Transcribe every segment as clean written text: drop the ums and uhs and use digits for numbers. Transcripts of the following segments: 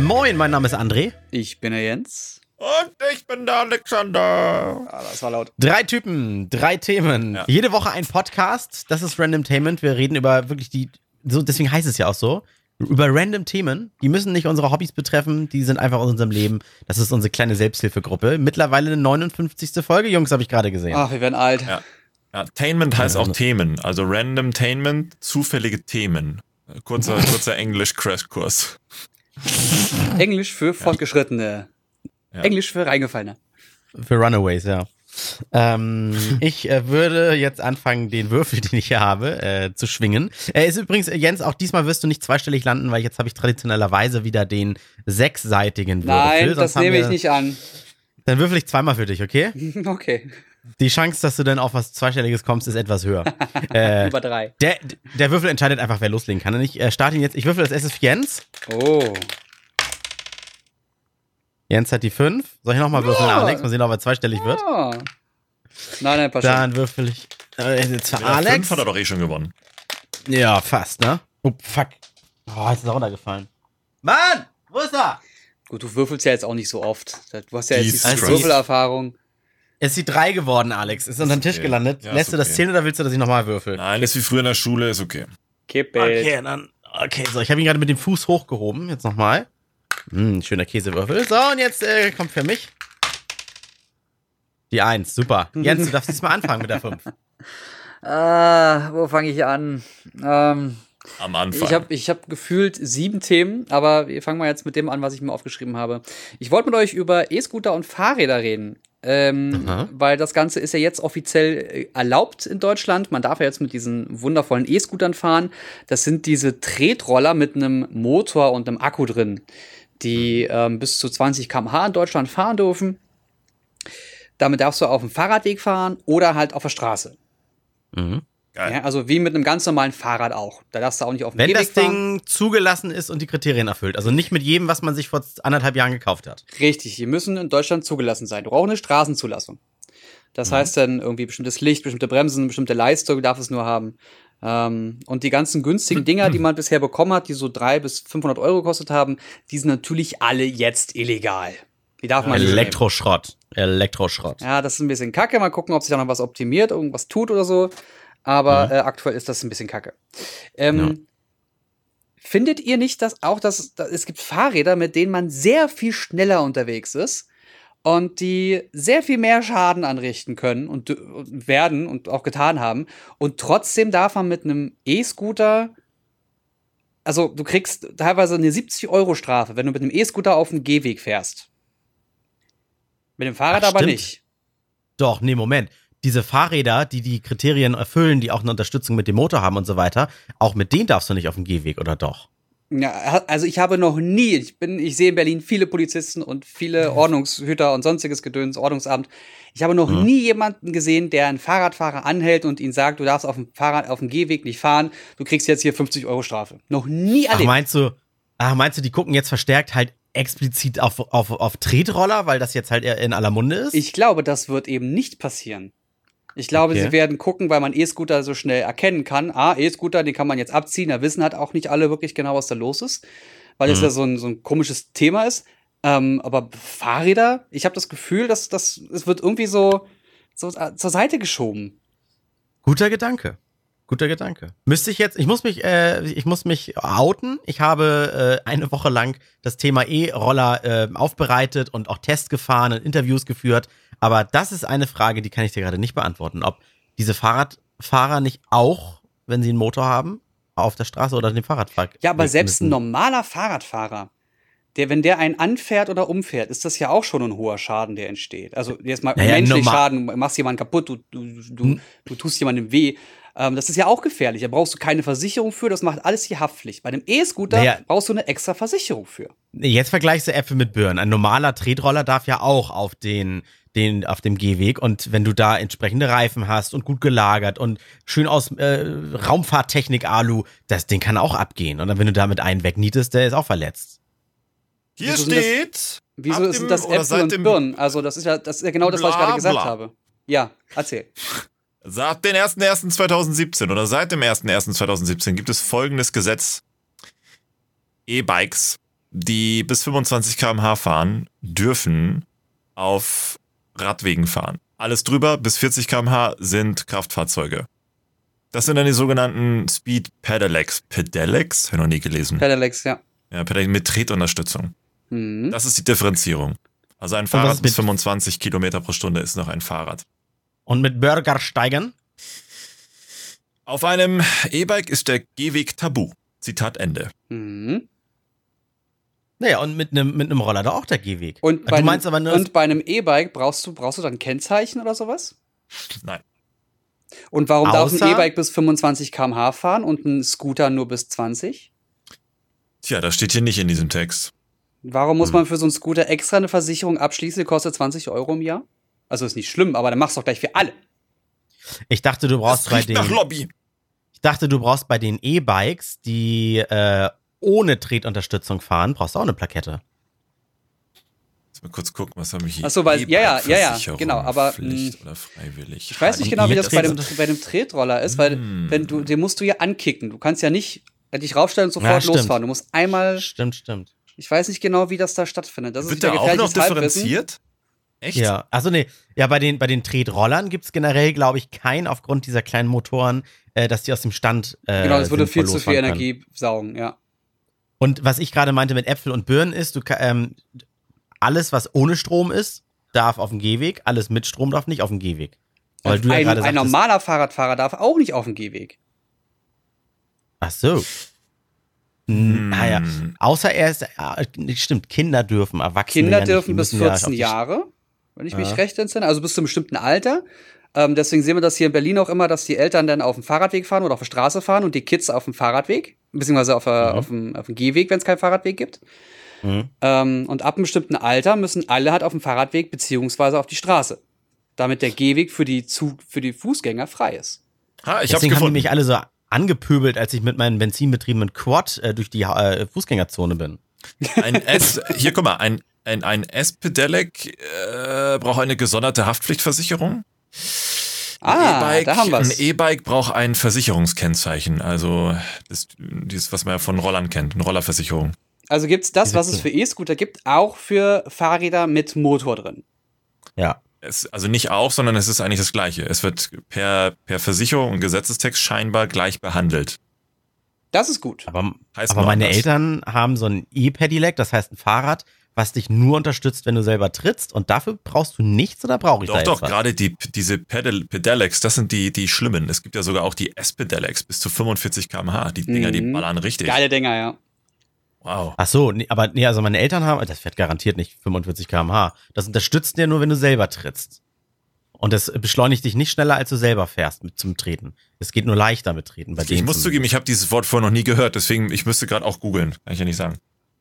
Moin, mein Name ist André. Ich bin der Jens. Und ich bin der Alexander. Ah, das war laut. 3 Typen, 3 Themen. Ja. Jede Woche ein Podcast. Das ist Randomtainment. Wir reden über wirklich deswegen heißt es ja auch so, über random Themen. Die müssen nicht unsere Hobbys betreffen, die sind einfach aus unserem Leben. Das ist unsere kleine Selbsthilfegruppe. Mittlerweile eine 59. Folge, Jungs, habe ich gerade gesehen. Ach, wir werden alt. Ja, Tainment heißt auch Themen. Also Randomtainment, zufällige Themen. Kurzer Englisch-Crashkurs. Englisch für Fortgeschrittene. Ja. Englisch für Reingefallene. Für Runaways, ja. Ich würde jetzt anfangen, den Würfel, den ich hier habe, zu schwingen. Ist übrigens, Jens, auch diesmal wirst du nicht zweistellig landen, weil jetzt habe ich traditionellerweise wieder den 6-seitigen Würfel. Nein, das nehme ich nicht an. Dann würfel ich zweimal für dich, okay? Okay. Die Chance, dass du dann auf was Zweistelliges kommst, ist etwas höher. Über 3. Der Würfel entscheidet einfach, wer loslegen kann. Und ich starte ihn jetzt. Ich würfel das erstes für Jens. Oh. Jens hat die 5. Soll ich nochmal würfeln, Alex? Mal sehen, ob er zweistellig wird. Oh. Nein, passt schon. Dann würfel ich jetzt für Mit der Alex. 5 hat er doch eh schon gewonnen. Ja, fast, ne? Oh, fuck. Oh, jetzt ist er runtergefallen. Mann! Wo ist er? Gut, du würfelst ja jetzt auch nicht so oft. Du hast ja jetzt Jesus die Christ. Würfelerfahrung. Es ist die 3 geworden, Alex. Ist unter den Tisch okay. gelandet. Ja, Lässt ist du das okay. zählen oder willst du, dass ich nochmal würfel? Nein, ist wie früher in der Schule, ist okay. Kippel. Okay, so, ich habe ihn gerade mit dem Fuß hochgehoben. Jetzt nochmal. Schöner Käsewürfel. So, und jetzt kommt für mich die 1. Super. Jens, du darfst diesmal anfangen mit der 5. Wo fange ich an? Am Anfang. Ich hab gefühlt 7 Themen, aber wir fangen mal jetzt mit dem an, was ich mir aufgeschrieben habe. Ich wollte mit euch über E-Scooter und Fahrräder reden. Weil das Ganze ist ja jetzt offiziell erlaubt in Deutschland. Man darf ja jetzt mit diesen wundervollen E-Scootern fahren. Das sind diese Tretroller mit einem Motor und einem Akku drin, die bis zu 20 km/h in Deutschland fahren dürfen. Damit darfst du auf dem Fahrradweg fahren oder halt auf der Straße. Mhm. Geil. Ja, also wie mit einem ganz normalen Fahrrad auch. Da darfst du auch nicht auf dem Wenn Gehweg das fahren. Ding zugelassen ist und die Kriterien erfüllt. Also nicht mit jedem, was man sich vor 1,5 Jahren gekauft hat. Richtig, die müssen in Deutschland zugelassen sein. Du brauchst eine Straßenzulassung. Das heißt dann irgendwie bestimmtes Licht, bestimmte Bremsen, bestimmte Leistung darf es nur haben. Und die ganzen günstigen Dinger, die man bisher bekommen hat, die so 300 bis 500 Euro gekostet haben, die sind natürlich alle jetzt illegal. Die darf man nicht nehmen. Elektroschrott. Ja, das ist ein bisschen kacke. Mal gucken, ob sich da noch was optimiert, irgendwas tut oder so. Aber aktuell ist das ein bisschen kacke. Findet ihr nicht, dass es gibt Fahrräder, mit denen man sehr viel schneller unterwegs ist und die sehr viel mehr Schaden anrichten können und werden und auch getan haben und trotzdem darf man mit einem E-Scooter, also du kriegst teilweise eine 70-Euro-Strafe, wenn du mit einem E-Scooter auf dem Gehweg fährst. Mit dem Fahrrad aber stimmt. nicht. Doch, nee, Moment. Diese Fahrräder, die Kriterien erfüllen, die auch eine Unterstützung mit dem Motor haben und so weiter, auch mit denen darfst du nicht auf dem Gehweg, oder doch? Ja, also ich habe noch nie, ich sehe in Berlin viele Polizisten und viele Ordnungshüter und sonstiges Gedöns, Ordnungsamt. Ich habe noch nie jemanden gesehen, der einen Fahrradfahrer anhält und ihn sagt, du darfst auf dem Fahrrad, auf dem Gehweg nicht fahren, du kriegst jetzt hier 50 Euro Strafe. Noch nie erlebt. Meinst du, die gucken jetzt verstärkt halt explizit auf Tretroller, weil das jetzt halt eher in aller Munde ist? Ich glaube, das wird eben nicht passieren. Ich glaube, Okay. sie werden gucken, weil man E-Scooter so schnell erkennen kann. E-Scooter, den kann man jetzt abziehen. Da wissen halt auch nicht alle wirklich genau, was da los ist. Weil es ja so ein komisches Thema ist. Aber Fahrräder, ich habe das Gefühl, dass es wird irgendwie so zur Seite geschoben. Guter Gedanke. Ich muss mich outen. Ich habe eine Woche lang das Thema E-Roller aufbereitet und auch Tests gefahren und Interviews geführt. Aber das ist eine Frage, die kann ich dir gerade nicht beantworten. Ob diese Fahrradfahrer nicht auch, wenn sie einen Motor haben, auf der Straße oder dem Fahrrad fahren. Ja, aber selbst ein normaler Fahrradfahrer, wenn der einen anfährt oder umfährt, ist das ja auch schon ein hoher Schaden, der entsteht. Also jetzt mal menschlich Schaden, machst jemanden kaputt, du tust jemandem weh. Das ist ja auch gefährlich. Da brauchst du keine Versicherung für, das macht alles die Haftpflicht. Bei einem E-Scooter brauchst du eine extra Versicherung für. Jetzt vergleichst du Äpfel mit Birnen. Ein normaler Tretroller darf ja auch auf dem Gehweg, und wenn du da entsprechende Reifen hast und gut gelagert und schön aus Raumfahrttechnik Alu, das Ding kann auch abgehen. Und dann, wenn du damit einen wegnietest, der ist auch verletzt. Hier steht. Wieso sind das Äpfel und Birnen? Also das ist ja genau das, was ich gerade gesagt habe. Ja, erzähl. Seit dem 01.01.2017 oder seit dem 01.01.2017 gibt es folgendes Gesetz. E-Bikes die bis 25 km/h fahren, dürfen auf Radwegen fahren. Alles drüber bis 40 km/h sind Kraftfahrzeuge. Das sind dann die sogenannten Speed Pedelecs. Pedelecs? Habe ich noch nie gelesen. Pedelecs, ja. Ja, Pedelecs mit Tretunterstützung. Mhm. Das ist die Differenzierung. Also ein Fahrrad bis 25 Kilometer pro Stunde ist noch ein Fahrrad. Und mit Bürgersteigern? Auf einem E-Bike ist der Gehweg tabu. Zitat Ende. Mhm. Naja, und mit einem Roller da auch der Gehweg. Und Du meinst aber nur, bei einem E-Bike brauchst du dann Kennzeichen oder sowas? Nein. Und warum darf ein Außer- E-Bike bis 25 km/h fahren und ein Scooter nur bis 20? Tja, das steht hier nicht in diesem Text. Warum muss man für so einen Scooter extra eine Versicherung abschließen, die kostet 20 Euro im Jahr? Also ist nicht schlimm, aber dann machst du doch gleich für alle. ich dachte, du brauchst Das riecht nach Lobby. bei den E-Bikes, die ohne Tretunterstützung fahren, brauchst du auch eine Plakette. Mal kurz gucken, was haben wir hier? Ach so, weil- ja, E-Bike-Versicherung, genau, aber, Pflicht oder freiwillig. Ich weiß nicht die genau, wie das bei E-Tretunterstützung- dem Tretroller ist, weil den musst du ja ankicken. Du kannst ja nicht dich raufstellen und Ja, sofort stimmt. losfahren. Du musst einmal, Stimmt. ich weiß nicht genau, wie das da stattfindet. Das ist Wird wieder da auch noch gefährliches Halbwissen. differenziert? Echt? Ja, also nee, ja, bei den Tretrollern gibt es generell, glaube ich, keinen aufgrund dieser kleinen Motoren, dass die aus dem Stand Genau, das würde viel sinnvoll zu viel losfahren können. Energie saugen, ja. Und was ich gerade meinte mit Äpfel und Birnen ist, alles, was ohne Strom ist, darf auf dem Gehweg, alles mit Strom darf nicht auf dem Gehweg. Weil du ja Ein gerade sagtest, normaler Fahrradfahrer darf auch nicht auf dem Gehweg. ach so. Naja, außer er ist, stimmt, Kinder dürfen, Erwachsene Kinder ja nicht, dürfen die bis müssen ja auf 14 die- Jahre, wenn ich mich recht entsinne, also bis zu einem bestimmten Alter. Deswegen sehen wir das hier in Berlin auch immer, dass die Eltern dann auf dem Fahrradweg fahren oder auf der Straße fahren und die Kids auf dem Fahrradweg, beziehungsweise auf dem Gehweg, wenn es keinen Fahrradweg gibt. Mhm. Und ab einem bestimmten Alter müssen alle halt auf dem Fahrradweg beziehungsweise auf die Straße, damit der Gehweg für die Fußgänger frei ist. Ich hab's Deswegen haben die gefunden. mich alle so angepöbelt, als ich mit meinem benzinbetriebenen Quad durch die Fußgängerzone bin. Hier, guck mal, ein S-Pedelec braucht eine gesonderte Haftpflichtversicherung. Da haben wir's. Ein E-Bike braucht ein Versicherungskennzeichen, also dieses, was man ja von Rollern kennt, eine Rollerversicherung. Also gibt's das, was es für E-Scooter gibt, auch für Fahrräder mit Motor drin. Ja. Also nicht auch, sondern es ist eigentlich das Gleiche. Es wird per Versicherung und Gesetzestext scheinbar gleich behandelt. Das ist gut. Aber Heißt nur meine anders. Eltern haben so ein E-Pedelec, das heißt ein Fahrrad, was dich nur unterstützt, wenn du selber trittst. Und dafür brauchst du nichts oder brauche ich da Doch, jetzt was? gerade diese Pedelecs, das sind die schlimmen. Es gibt ja sogar auch die S-Pedelecs bis zu 45 km/h. Die Dinger, die ballern richtig. Geile Dinger, ja. Wow. Ach so, also meine Eltern haben, das fährt garantiert nicht 45 km/h. Das unterstützt dir nur, wenn du selber trittst. Und das beschleunigt dich nicht schneller, als du selber fährst zum Treten. Es geht nur leichter mit Treten. Bei Ich denen muss zugeben, ich habe dieses Wort vorher noch nie gehört, deswegen, ich müsste gerade auch googeln. Kann ich ja nicht sagen.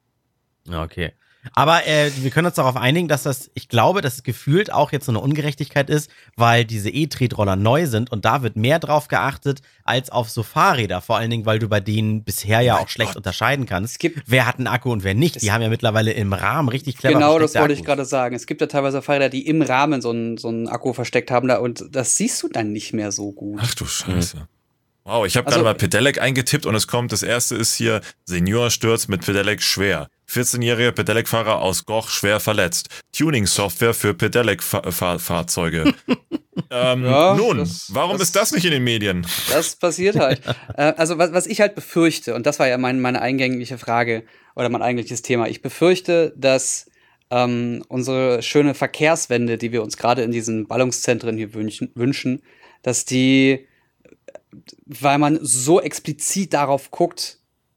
Ja, okay. Aber wir können uns darauf einigen, dass ich glaube, dass es gefühlt auch jetzt so eine Ungerechtigkeit ist, weil diese E-Tretroller neu sind und da wird mehr drauf geachtet als auf so Fahrräder. Vor allen Dingen, weil du bei denen bisher ja auch schlecht unterscheiden kannst, wer hat einen Akku und wer nicht. Die haben ja mittlerweile im Rahmen richtig clever Genau, das versteckte wollte ich Akkus. gerade sagen. Es gibt ja teilweise Fahrräder, die im Rahmen so einen Akku versteckt haben, und das siehst du dann nicht mehr so gut. Ach du Scheiße. Wow, ich habe Also- gerade mal Pedelec eingetippt und es kommt, das erste ist hier, Senior stürzt mit Pedelec schwer. 14-jähriger Pedelec-Fahrer aus Goch schwer verletzt. Tuning-Software für Pedelec-Fahrzeuge. Ja, Nun, warum ist das nicht in den Medien? Das passiert halt. Also was ich halt befürchte, und das war ja meine eingängliche Frage oder mein eigentliches Thema, ich befürchte, dass unsere schöne Verkehrswende, die wir uns gerade in diesen Ballungszentren hier wünschen, dass die, weil man so explizit darauf guckt,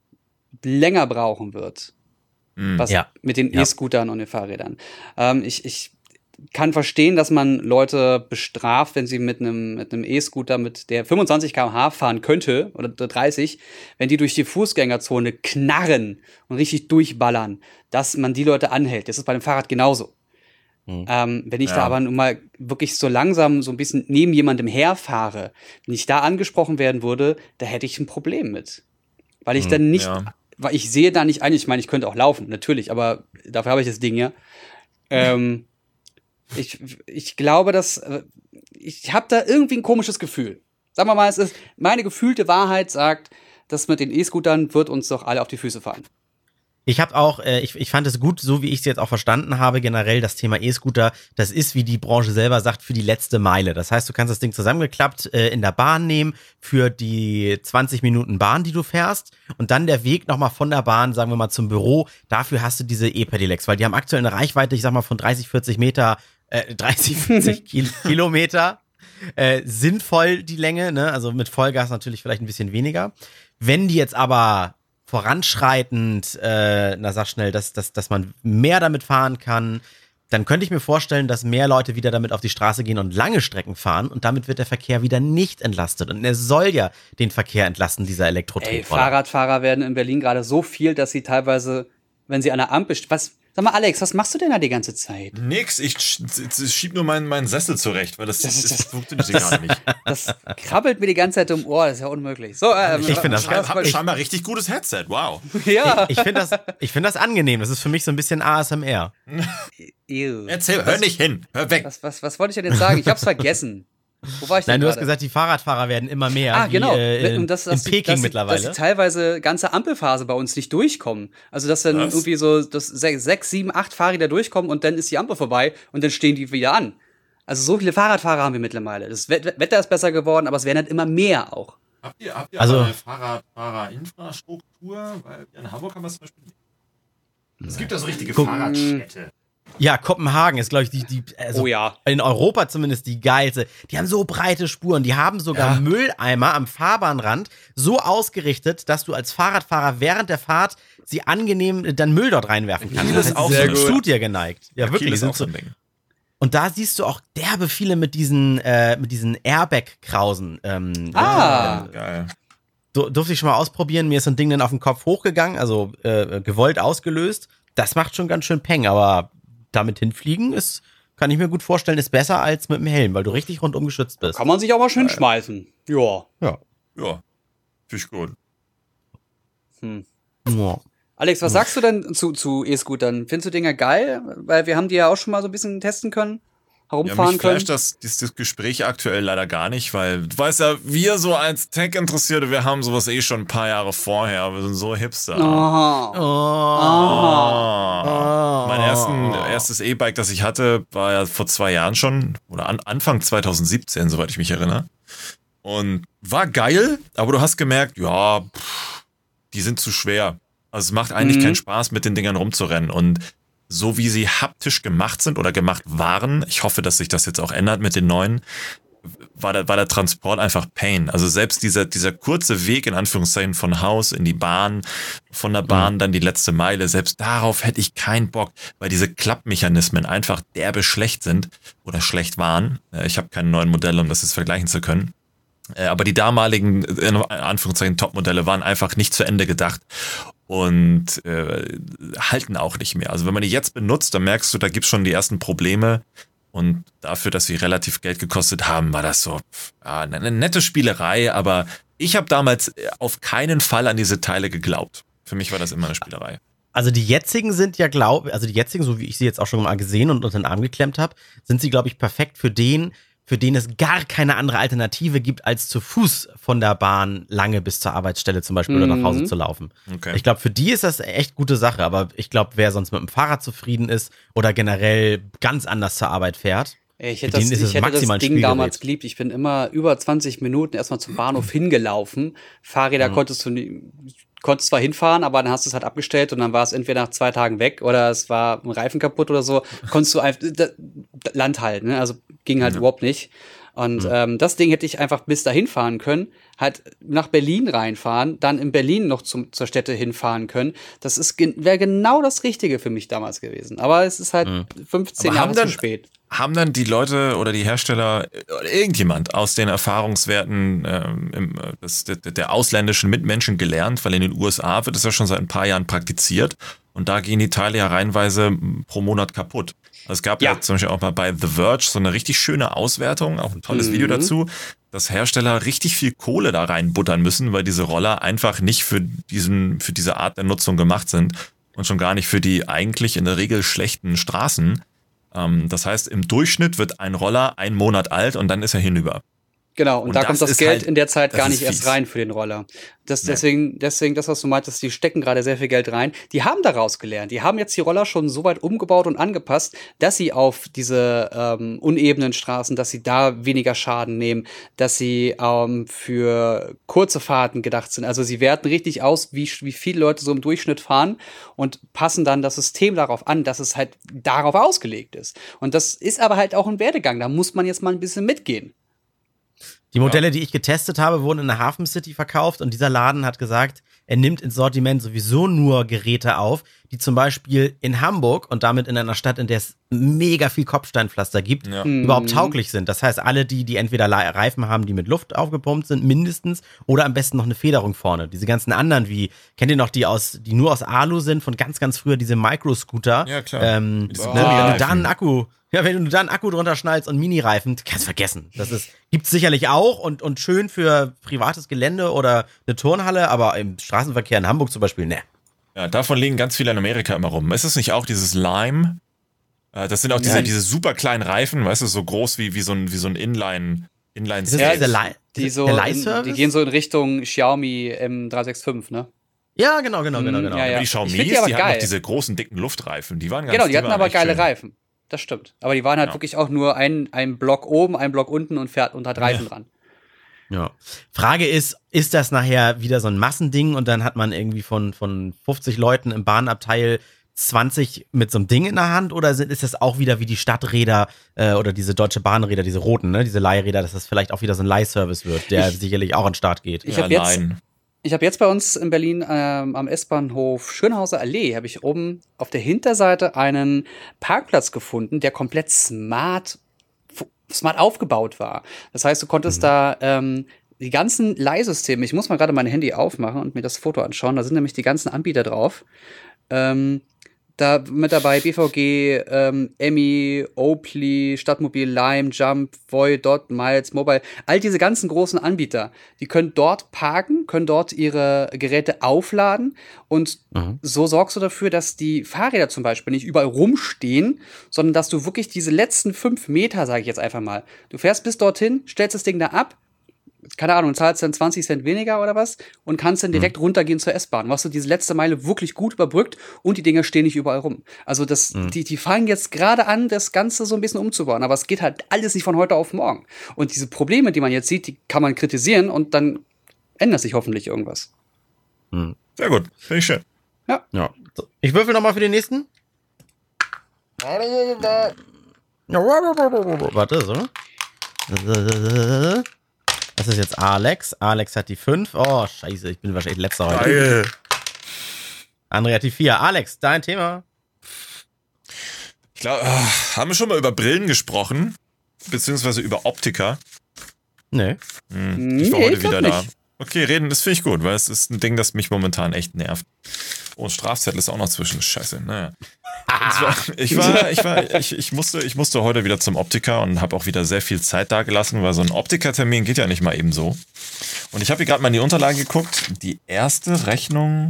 länger brauchen wird. Was Ja. mit den Ja. E-Scootern und den Fahrrädern. Ich kann verstehen, dass man Leute bestraft, wenn sie mit einem E-Scooter, mit der 25 km/h fahren könnte, oder 30, wenn die durch die Fußgängerzone knarren und richtig durchballern, dass man die Leute anhält. Das ist bei dem Fahrrad genauso. Wenn ich da aber nun mal wirklich so langsam so ein bisschen neben jemandem herfahre, wenn ich da angesprochen werden würde, da hätte ich ein Problem mit. Weil ich dann nicht, weil ich sehe da nicht ein, ich meine, ich könnte auch laufen, natürlich, aber dafür habe ich das Ding ja. Ich glaube, dass ich habe da irgendwie ein komisches Gefühl. Sagen wir mal, es ist meine gefühlte Wahrheit sagt, das mit den E-Scootern wird uns doch alle auf die Füße fallen. Ich habe auch, ich fand es gut, so wie ich es jetzt auch verstanden habe, generell das Thema E-Scooter, das ist, wie die Branche selber sagt, für die letzte Meile. Das heißt, du kannst das Ding zusammengeklappt in der Bahn nehmen für die 20 Minuten Bahn, die du fährst und dann der Weg nochmal von der Bahn, sagen wir mal, zum Büro. Dafür hast du diese E-Pedelecs, weil die haben aktuell eine Reichweite, ich sag mal, von 30, 40 Kilometer. Sinnvoll die Länge, ne? Also mit Vollgas natürlich vielleicht ein bisschen weniger. Wenn die jetzt aber voranschreitend, sag schnell, dass man mehr damit fahren kann, dann könnte ich mir vorstellen, dass mehr Leute wieder damit auf die Straße gehen und lange Strecken fahren und damit wird der Verkehr wieder nicht entlastet. Und er soll ja den Verkehr entlasten, dieser Elektrotretroller. Fahrradfahrer werden in Berlin gerade so viel, dass sie teilweise, wenn sie an der Ampel, sag mal, Alex, was machst du denn da die ganze Zeit? Nix, ich schieb nur meinen Sessel zurecht, weil das funktioniert gar nicht. Das krabbelt mir die ganze Zeit um Ohr, das ist ja unmöglich. So, ich finde das scheinbar richtig gutes Headset, wow. Ja. Ich finde das angenehm, das ist für mich so ein bisschen ASMR. Erzähl, hör nicht hin, hör weg. Was wollte ich denn jetzt sagen? Ich hab's vergessen. Wo war ich denn Nein, du gerade? hast gesagt, die Fahrradfahrer werden immer mehr. Ah, genau. In Peking mittlerweile. Dass teilweise ganze Ampelphase bei uns nicht durchkommen. Also, dass dann irgendwie so 6, 7, 8 Fahrräder durchkommen und dann ist die Ampel vorbei und dann stehen die wieder an. Also, so viele Fahrradfahrer haben wir mittlerweile. Das Wetter ist besser geworden, aber es werden halt immer mehr auch. Habt ihr also eine Fahrradfahrerinfrastruktur? Weil in Hamburg haben wir es zum Beispiel nicht. Es gibt ja so richtige Fahrradstädte. Ja, Kopenhagen ist, glaube ich, oh ja. In Europa zumindest die geilste. Die haben so breite Spuren, die haben sogar Mülleimer am Fahrbahnrand so ausgerichtet, dass du als Fahrradfahrer während der Fahrt sie angenehm dann Müll dort reinwerfen kannst. Das ist auch sehr gut. Studie geneigt. Ja, wirklich. Ist auch so ein Ding. Und da siehst du auch derbe viele mit diesen Airbag-Krausen. Geil. Durfte ich schon mal ausprobieren. Mir ist so ein Ding dann auf den Kopf hochgegangen, also gewollt ausgelöst. Das macht schon ganz schön Peng, aber damit hinfliegen kann ich mir gut vorstellen, ist besser als mit dem Helm, weil du richtig rundum geschützt bist. Kann man sich auch mal schön schmeißen. Ja. Ja, finde ich gut. Ja. Alex, was sagst du denn zu E-Scootern? Findest du Dinger geil? Weil wir haben die ja auch schon mal so ein bisschen testen können, herumfahren können. Mich flasht das Gespräch aktuell leider gar nicht, weil du weißt ja, wir so als Tech-Interessierte, wir haben sowas schon ein paar Jahre vorher, wir sind so Hipster. Mein erstes E-Bike, das ich hatte, war ja vor 2 Jahren schon, oder Anfang 2017, soweit ich mich erinnere. Und war geil, aber du hast gemerkt, die sind zu schwer. Also es macht eigentlich keinen Spaß, mit den Dingern rumzurennen. Und so wie sie haptisch gemacht sind oder gemacht waren, ich hoffe, dass sich das jetzt auch ändert mit den neuen, war der Transport einfach Pain. Also selbst dieser kurze Weg, in Anführungszeichen, von Haus in die Bahn, von der Bahn dann die letzte Meile, selbst darauf hätte ich keinen Bock, weil diese Klappmechanismen einfach derbe schlecht sind oder schlecht waren. Ich habe keine neuen Modelle, um das jetzt vergleichen zu können. Aber die damaligen, in Anführungszeichen, Top-Modelle waren einfach nicht zu Ende gedacht und halten auch nicht mehr. Also wenn man die jetzt benutzt, dann merkst du, da gibt's schon die ersten Probleme. Und dafür, dass sie relativ Geld gekostet haben, war das so eine nette Spielerei. Aber ich habe damals auf keinen Fall an diese Teile geglaubt. Für mich war das immer eine Spielerei. Also die jetzigen sind ja, so wie ich sie jetzt auch schon mal gesehen und unter den Arm geklemmt habe, sind sie, glaube ich, perfekt für den es gar keine andere Alternative gibt, als zu Fuß von der Bahn lange bis zur Arbeitsstelle zum Beispiel oder nach Hause zu laufen. Okay. Ich glaube, für die ist das echt gute Sache, aber ich glaube, wer sonst mit dem Fahrrad zufrieden ist oder generell ganz anders zur Arbeit fährt, ich hätte das Ding damals geliebt. Ich bin immer über 20 Minuten erstmal zum Bahnhof hingelaufen. Fahrräder konntest zwar hinfahren, aber dann hast du es halt abgestellt und dann war es entweder nach 2 Tagen weg oder es war ein Reifen kaputt oder so. Konntest du einfach Land halten, ne? Also ging halt überhaupt nicht. Und das Ding hätte ich einfach bis dahin fahren können, halt nach Berlin reinfahren, dann in Berlin noch zur Stätte hinfahren können. Das wäre genau das Richtige für mich damals gewesen. Aber es ist halt 15 Jahre zu spät. Haben dann die Leute oder die Hersteller oder irgendjemand aus den Erfahrungswerten der ausländischen Mitmenschen gelernt? Weil in den USA wird es ja schon seit ein paar Jahren praktiziert und da gehen die Teile ja reihenweise pro Monat kaputt. Also es gab ja zum Beispiel auch mal bei The Verge so eine richtig schöne Auswertung, auch ein tolles Video dazu, dass Hersteller richtig viel Kohle da reinbuttern müssen, weil diese Roller einfach nicht für diese Art der Nutzung gemacht sind und schon gar nicht für die eigentlich in der Regel schlechten Straßen. Das heißt, im Durchschnitt wird ein Roller 1 Monat alt und dann ist er hinüber. Genau, und da kommt das Geld halt, in der Zeit gar nicht erst rein für den Roller. Deswegen, das, was du meintest, die stecken gerade sehr viel Geld rein. Die haben daraus gelernt. Die haben jetzt die Roller schon so weit umgebaut und angepasst, dass sie auf diese unebenen Straßen, dass sie da weniger Schaden nehmen, dass sie für kurze Fahrten gedacht sind. Also sie werten richtig aus, wie viele Leute so im Durchschnitt fahren und passen dann das System darauf an, dass es halt darauf ausgelegt ist. Und das ist aber halt auch ein Werdegang. Da muss man jetzt mal ein bisschen mitgehen. Die Modelle, die ich getestet habe, wurden in der Hafen City verkauft und dieser Laden hat gesagt, er nimmt ins Sortiment sowieso nur Geräte auf, die zum Beispiel in Hamburg und damit in einer Stadt, in der es mega viel Kopfsteinpflaster gibt, überhaupt tauglich sind. Das heißt, alle, die entweder Reifen haben, die mit Luft aufgepumpt sind, mindestens, oder am besten noch eine Federung vorne. Diese ganzen anderen, kennt ihr noch die nur aus Alu sind, von ganz, ganz früher, diese Micro-Scooter. Ja, klar. Wenn du da einen Akku drunter schnallst und Mini-Reifen, kannst du vergessen. Gibt's sicherlich auch und schön für privates Gelände oder eine Turnhalle, aber im Straßenverkehr in Hamburg zum Beispiel, ne. Ja, davon liegen ganz viele in Amerika immer rum. Ist es nicht auch dieses Lime? Das sind auch diese super kleinen Reifen, weißt du, so groß wie so ein Inline. Ist das der Leihservice? Die gehen so in Richtung Xiaomi M365, ne? Ja, genau. Ja. Aber die Xiaomis, die hatten auch diese großen, dicken Luftreifen. Die waren ganz Genau, die hatten aber geile schön. Reifen. Das stimmt. Aber die waren halt wirklich auch nur ein Block oben, ein Block unten und hat Reifen dran. Ja. Frage ist das nachher wieder so ein Massending und dann hat man irgendwie von 50 Leuten im Bahnabteil 20 mit so einem Ding in der Hand oder ist das auch wieder wie die Stadträder oder diese Deutsche Bahnräder, diese roten, ne, diese Leihräder, dass das vielleicht auch wieder so ein Leihservice wird, der sicherlich auch an den Start geht. Ich habe jetzt bei uns in Berlin am S-Bahnhof Schönhauser Allee, habe ich oben auf der Hinterseite einen Parkplatz gefunden, der komplett smart aufgebaut war. Das heißt, du konntest da die ganzen Leihsysteme, ich muss mal gerade mein Handy aufmachen und mir das Foto anschauen, da sind nämlich die ganzen Anbieter drauf. Da mit dabei BVG, Emmy, Oakley, Stadtmobil, Lime, Jump, Voi, Dot, Miles, Mobile, all diese ganzen großen Anbieter, die können dort parken, können dort ihre Geräte aufladen und so sorgst du dafür, dass die Fahrräder zum Beispiel nicht überall rumstehen, sondern dass du wirklich diese letzten 5 Meter, sage ich jetzt einfach mal, du fährst bis dorthin, stellst das Ding da ab, keine Ahnung, zahlst dann 20 Cent weniger oder was und kannst dann direkt runtergehen zur S-Bahn. Hast du diese letzte Meile wirklich gut überbrückt und die Dinger stehen nicht überall rum. Also die fangen jetzt gerade an, das Ganze so ein bisschen umzubauen, aber es geht halt alles nicht von heute auf morgen. Und diese Probleme, die man jetzt sieht, die kann man kritisieren und dann ändert sich hoffentlich irgendwas. Sehr gut, finde ich schön. Ja. So, ich würfel nochmal für den nächsten. Warte, so. Das ist jetzt Alex. Alex hat die 5. Oh, scheiße, ich bin wahrscheinlich letzter heute. Geil. André hat die 4. Alex, dein Thema. Ich glaube, haben wir schon mal über Brillen gesprochen? Beziehungsweise über Optiker? Nee. Ich war heute wieder da. Okay, reden, das finde ich gut, weil es ist ein Ding, das mich momentan echt nervt. Oh, Strafzettel ist auch noch zwischen. Scheiße, naja. Ich musste heute wieder zum Optiker und habe auch wieder sehr viel Zeit da gelassen, weil so ein Optikertermin geht ja nicht mal eben so. Und ich habe hier gerade mal in die Unterlagen geguckt. Die erste Rechnung,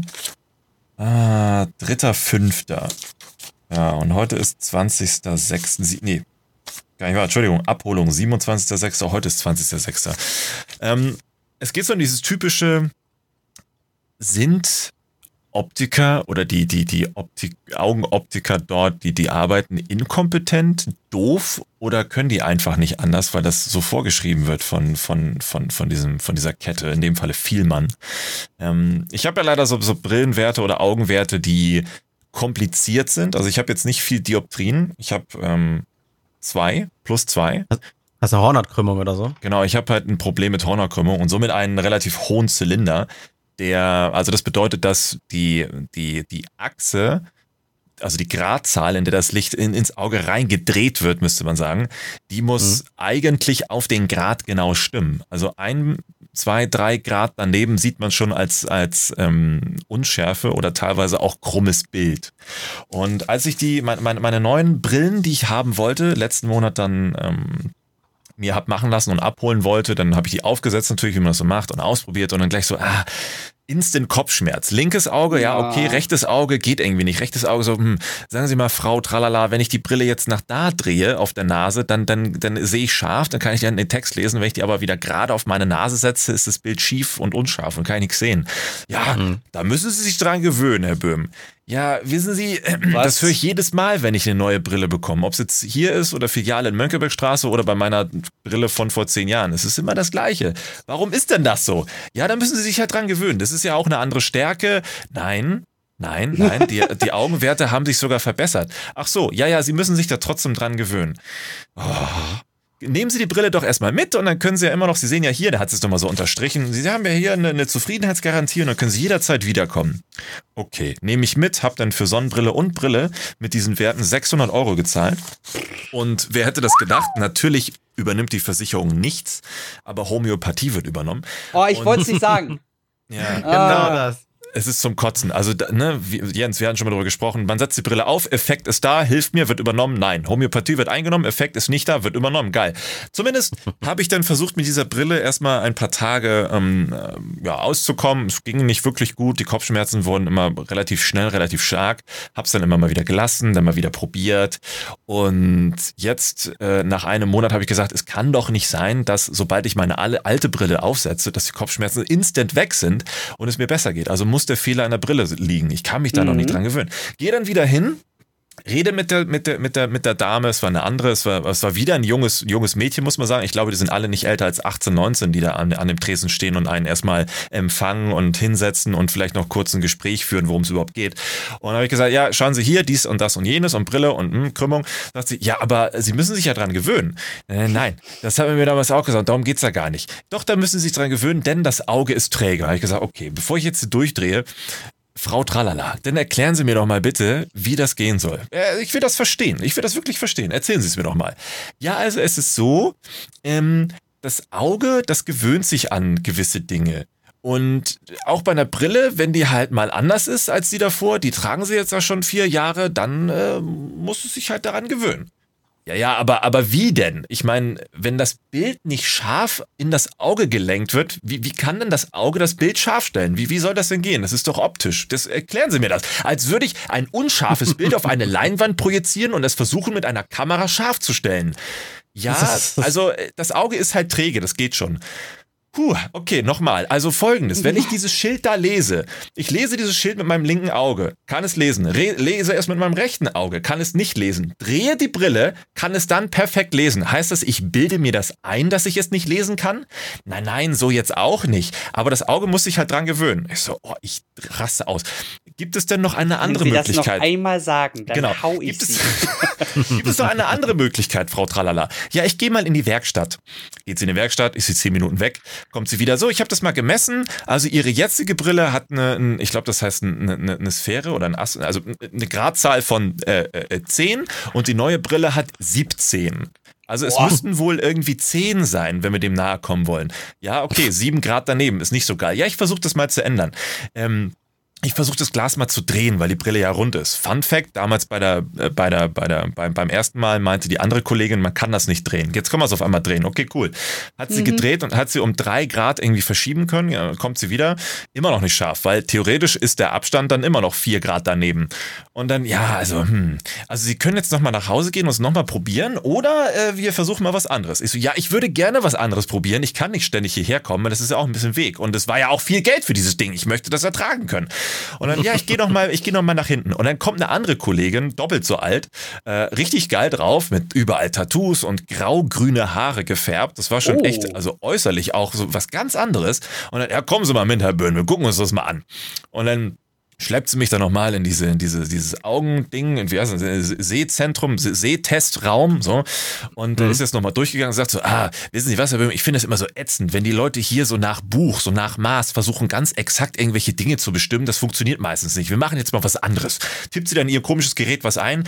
3.5. Ja, und heute ist 20.06. Nee, gar nicht wahr, Entschuldigung, Abholung, 27.06. Heute ist 20.06. Es geht so um dieses typische, sind Optiker oder die Augenoptiker dort, die arbeiten inkompetent, doof oder können die einfach nicht anders, weil das so vorgeschrieben wird von dieser Kette, in dem Falle Vielmann. Ich habe ja leider so Brillenwerte oder Augenwerte, die kompliziert sind. Also ich habe jetzt nicht viel Dioptrien. Ich habe 2 plus 2. Hast du Hornhautkrümmung oder so? Genau, ich habe halt ein Problem mit Hornhautkrümmung und somit einen relativ hohen Zylinder. Also das bedeutet, dass die Achse, also die Gradzahl, in der das Licht ins Auge reingedreht wird, müsste man sagen, die muss eigentlich auf den Grad genau stimmen. Also 1, 2, 3 Grad daneben sieht man schon als Unschärfe oder teilweise auch krummes Bild. Und als ich meine neuen Brillen, die ich haben wollte, letzten Monat dann mir hab machen lassen und abholen wollte, dann habe ich die aufgesetzt natürlich, wie man das so macht und ausprobiert und dann gleich so, Instant Kopfschmerz. Linkes Auge, ja, okay, rechtes Auge geht irgendwie nicht. Rechtes Auge so, sagen Sie mal, Frau, tralala, wenn ich die Brille jetzt nach da drehe auf der Nase, dann sehe ich scharf, dann kann ich dann den Text lesen. Wenn ich die aber wieder gerade auf meine Nase setze, ist das Bild schief und unscharf und kann ich nichts sehen. Ja, da müssen Sie sich dran gewöhnen, Herr Böhm. Ja, wissen Sie, das höre ich jedes Mal, wenn ich eine neue Brille bekomme. Ob es jetzt hier ist oder Filiale in Mönckebergstraße oder bei meiner Brille von vor 10 Jahren. Es ist immer das Gleiche. Warum ist denn das so? Ja, da müssen Sie sich halt dran gewöhnen. Das ist ja auch eine andere Stärke. Nein, die Augenwerte haben sich sogar verbessert. Ach so, ja, Sie müssen sich da trotzdem dran gewöhnen. Oh. Nehmen Sie die Brille doch erstmal mit und dann können Sie ja immer noch, Sie sehen ja hier, da hat es doch mal so unterstrichen, Sie haben ja hier eine Zufriedenheitsgarantie und dann können Sie jederzeit wiederkommen. Okay, nehme ich mit, habe dann für Sonnenbrille und Brille mit diesen Werten 600 € gezahlt. Und wer hätte das gedacht? Natürlich übernimmt die Versicherung nichts, aber Homöopathie wird übernommen. Oh, ich wollte es nicht sagen. Ja, genau das. Es ist zum Kotzen. Also, Jens, wir hatten schon mal darüber gesprochen. Man setzt die Brille auf, Effekt ist da, hilft mir, wird übernommen. Nein, Homöopathie wird eingenommen, Effekt ist nicht da, wird übernommen. Geil. Zumindest habe ich dann versucht, mit dieser Brille erstmal ein paar Tage auszukommen. Es ging nicht wirklich gut. Die Kopfschmerzen wurden immer relativ schnell, relativ stark. Hab's dann immer mal wieder gelassen, dann mal wieder probiert. Und jetzt, nach einem Monat, habe ich gesagt, es kann doch nicht sein, dass sobald ich meine alte Brille aufsetze, dass die Kopfschmerzen instant weg sind und es mir besser geht. Also muss der Fehler in der Brille liegen. Ich kann mich da noch nicht dran gewöhnen. Gehe dann wieder hin, rede mit der Dame, es war eine andere, es war wieder ein junges Mädchen, muss man sagen. Ich glaube, die sind alle nicht älter als 18, 19, die da an dem Tresen stehen und einen erstmal empfangen und hinsetzen und vielleicht noch kurz ein Gespräch führen, worum es überhaupt geht. Und dann habe ich gesagt, ja, schauen Sie hier, dies und das und jenes und Brille und Krümmung. Sagt sie, ja, aber Sie müssen sich ja dran gewöhnen. Nein, das haben wir mir damals auch gesagt, darum geht's ja gar nicht. Doch, da müssen Sie sich dran gewöhnen, denn das Auge ist träge. Da habe ich gesagt, okay, bevor ich jetzt durchdrehe, Frau Tralala, dann erklären Sie mir doch mal bitte, wie das gehen soll. Ich will das verstehen. Ich will das wirklich verstehen. Erzählen Sie es mir doch mal. Ja, also es ist so, das Auge, das gewöhnt sich an gewisse Dinge. Und auch bei einer Brille, wenn die halt mal anders ist als die davor, die tragen Sie jetzt ja schon 4 Jahre, dann muss es sich halt daran gewöhnen. Ja, aber wie denn? Ich meine, wenn das Bild nicht scharf in das Auge gelenkt wird, wie kann denn das Auge das Bild scharf stellen? Wie soll das denn gehen? Das ist doch optisch. Erklären Sie mir das. Als würde ich ein unscharfes Bild auf eine Leinwand projizieren und es versuchen, mit einer Kamera scharf zu stellen. Ja, also das Auge ist halt träge, das geht schon. Okay, nochmal. Also Folgendes, wenn ich dieses Schild da lese, ich lese dieses Schild mit meinem linken Auge, kann es lesen, lese es mit meinem rechten Auge, kann es nicht lesen, drehe die Brille, kann es dann perfekt lesen. Heißt das, ich bilde mir das ein, dass ich es nicht lesen kann? Nein, so jetzt auch nicht. Aber das Auge muss sich halt dran gewöhnen. Ich so, ich raste aus. Gibt es denn noch eine andere Möglichkeit? Wenn Sie das noch einmal sagen, dann hau ich Sie. Gibt es noch eine andere Möglichkeit, Frau Tralala? Ja, ich gehe mal in die Werkstatt. Geht sie in die Werkstatt, ist sie 10 Minuten weg, kommt sie wieder. So, ich habe das mal gemessen. Also ihre jetzige Brille hat ich glaube, das heißt eine Sphäre oder also eine Gradzahl von 10 und die neue Brille hat 17. Also es müssten wohl irgendwie 10 sein, wenn wir dem nahe kommen wollen. Ja, okay, 7 Grad daneben ist nicht so geil. Ja, ich versuche das mal zu ändern. Ich versuche das Glas mal zu drehen, weil die Brille ja rund ist. Fun Fact, damals beim ersten Mal meinte die andere Kollegin, man kann das nicht drehen. Jetzt können wir es auf einmal drehen. Okay, cool. Hat sie gedreht und hat sie um 3 Grad irgendwie verschieben können. Ja, dann kommt sie wieder. Immer noch nicht scharf, weil theoretisch ist der Abstand dann immer noch 4 Grad daneben. Und dann, also Sie können jetzt nochmal nach Hause gehen und es nochmal probieren oder wir versuchen mal was anderes. Ich so, ja, ich würde gerne was anderes probieren. Ich kann nicht ständig hierher kommen, weil das ist ja auch ein bisschen Weg. Und es war ja auch viel Geld für dieses Ding. Ich möchte das ertragen können. Und dann, ich gehe noch mal nach hinten. Und dann kommt eine andere Kollegin, doppelt so alt, richtig geil drauf, mit überall Tattoos und grau-grüne Haare gefärbt. Das war schon echt, also äußerlich auch so was ganz anderes. Und dann, kommen Sie mal mit, Herr Böhn, wir gucken uns das mal an. Und dann schleppt sie mich dann nochmal in dieses Augending, wie heißt das, Sehzentrum, Sehtestraum, so. Und ist jetzt nochmal durchgegangen und sagt so, wissen Sie was, Herr Böhm, ich finde es immer so ätzend, wenn die Leute hier so nach Buch, so nach Maß versuchen, ganz exakt irgendwelche Dinge zu bestimmen, das funktioniert meistens nicht. Wir machen jetzt mal was anderes. Tippt sie dann in ihr komisches Gerät was ein,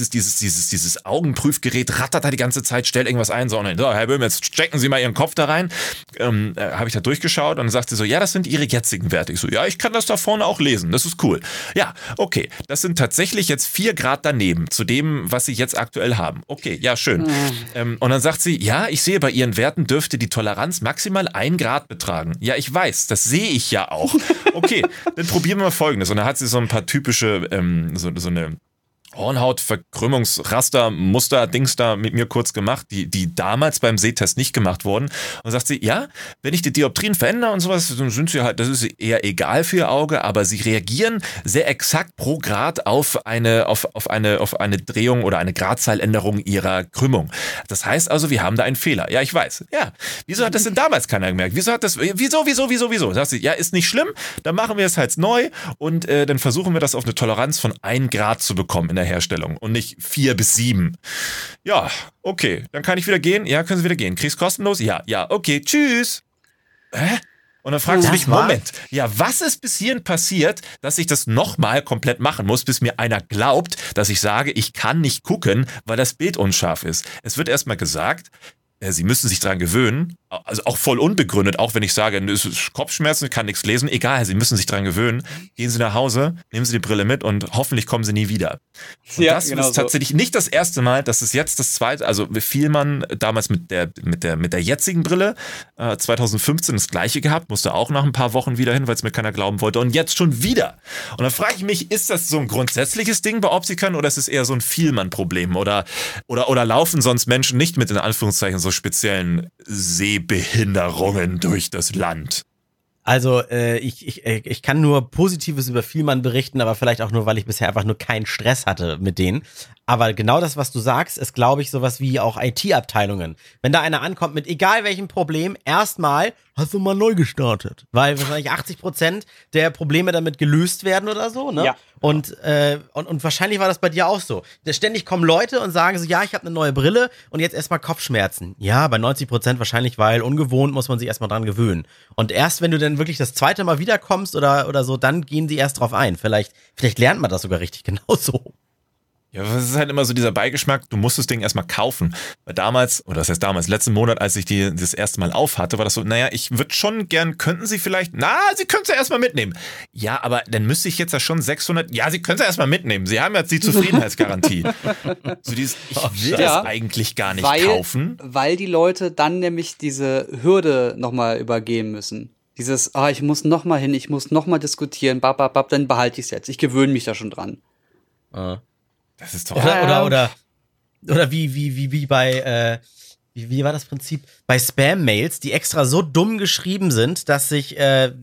dieses Augenprüfgerät rattert da die ganze Zeit, stellt irgendwas ein, so, Herr Böhm, jetzt stecken Sie mal Ihren Kopf da rein. Habe ich da durchgeschaut und dann sagt sie so, ja, das sind Ihre jetzigen Werte. Ich so, ja, ich kann das da vorne auch lesen, das ist cool. Ja, okay. Das sind tatsächlich jetzt 4 Grad daneben zu dem, was Sie jetzt aktuell haben. Okay, ja, schön. Und dann sagt sie, ja, ich sehe, bei Ihren Werten dürfte die Toleranz maximal 1 Grad betragen. Ja, ich weiß, das sehe ich ja auch. Okay, dann probieren wir mal Folgendes. Und da hat sie so ein paar typische, so eine Hornhautverkrümmungsraster, Muster, Dings da mit mir kurz gemacht, die damals beim Sehtest nicht gemacht wurden. Und sagt sie, ja, wenn ich die Dioptrien verändere und sowas, dann sind sie halt, das ist eher egal für ihr Auge, aber sie reagieren sehr exakt pro Grad auf eine Drehung oder eine Gradzahländerung ihrer Krümmung. Das heißt also, wir haben da einen Fehler. Ja, ich weiß. Ja, wieso hat das denn damals keiner gemerkt? Wieso? Sagt sie, ja, ist nicht schlimm, dann machen wir es halt neu und dann versuchen wir das auf eine Toleranz von 1 Grad zu bekommen in der Herstellung und nicht 4 bis 7. Ja, okay, dann kann ich wieder gehen. Ja, können Sie wieder gehen. Krieg's kostenlos? Ja, okay, tschüss. Hä? Und dann fragst du mich, Moment, ja, was ist bis hierhin passiert, dass ich das nochmal komplett machen muss, bis mir einer glaubt, dass ich sage, ich kann nicht gucken, weil das Bild unscharf ist. Es wird erstmal gesagt, Sie müssen sich daran gewöhnen, also auch voll unbegründet, auch wenn ich sage, es ist Kopfschmerzen, ich kann nichts lesen, egal, Sie müssen sich daran gewöhnen. Gehen Sie nach Hause, nehmen Sie die Brille mit und hoffentlich kommen Sie nie wieder. Und das ist tatsächlich nicht das erste Mal, das ist jetzt das zweite, also Vielmann damals mit der jetzigen Brille 2015 das gleiche gehabt, musste auch nach ein paar Wochen wieder hin, weil es mir keiner glauben wollte und jetzt schon wieder. Und dann frage ich mich, ist das so ein grundsätzliches Ding bei Optikern oder ist es eher so ein Vielmann-Problem oder laufen sonst Menschen nicht mit in Anführungszeichen so speziellen Sehbehinderungen durch das Land? Also ich kann nur Positives über Vielmann berichten, aber vielleicht auch nur, weil ich bisher einfach nur keinen Stress hatte mit denen. Aber genau das, was du sagst, ist, glaube ich, sowas wie auch IT-Abteilungen. Wenn da einer ankommt mit egal welchem Problem, erstmal hast du mal neu gestartet. Weil wahrscheinlich 80% der Probleme damit gelöst werden oder so, ne? Ja. Und wahrscheinlich war das bei dir auch so. Ständig kommen Leute und sagen so, ja, ich habe eine neue Brille und jetzt erstmal Kopfschmerzen. Ja, bei 90% wahrscheinlich, weil ungewohnt muss man sich erstmal dran gewöhnen. Und erst wenn du dann wirklich das zweite Mal wiederkommst oder so, dann gehen die erst drauf ein. Vielleicht lernt man das sogar richtig genauso. Ja, das ist halt immer so dieser Beigeschmack, du musst das Ding erstmal kaufen. Weil damals, oder das heißt damals, letzten Monat, als ich die das erste Mal aufhatte, war das so, naja, ich würde schon gern, könnten Sie vielleicht, Sie können es ja erstmal mitnehmen. Ja, aber dann müsste ich jetzt ja schon 600, ja, Sie können es ja erstmal mitnehmen. Sie haben jetzt die Zufriedenheitsgarantie. So dieses, ich will das eigentlich gar nicht kaufen. Weil die Leute dann nämlich diese Hürde nochmal übergehen müssen. Dieses, ich muss nochmal hin, ich muss nochmal diskutieren, dann behalte ich es jetzt. Ich gewöhne mich da schon dran. Das ist doch oder wie bei wie war das Prinzip bei Spam-Mails, die extra so dumm geschrieben sind, dass sich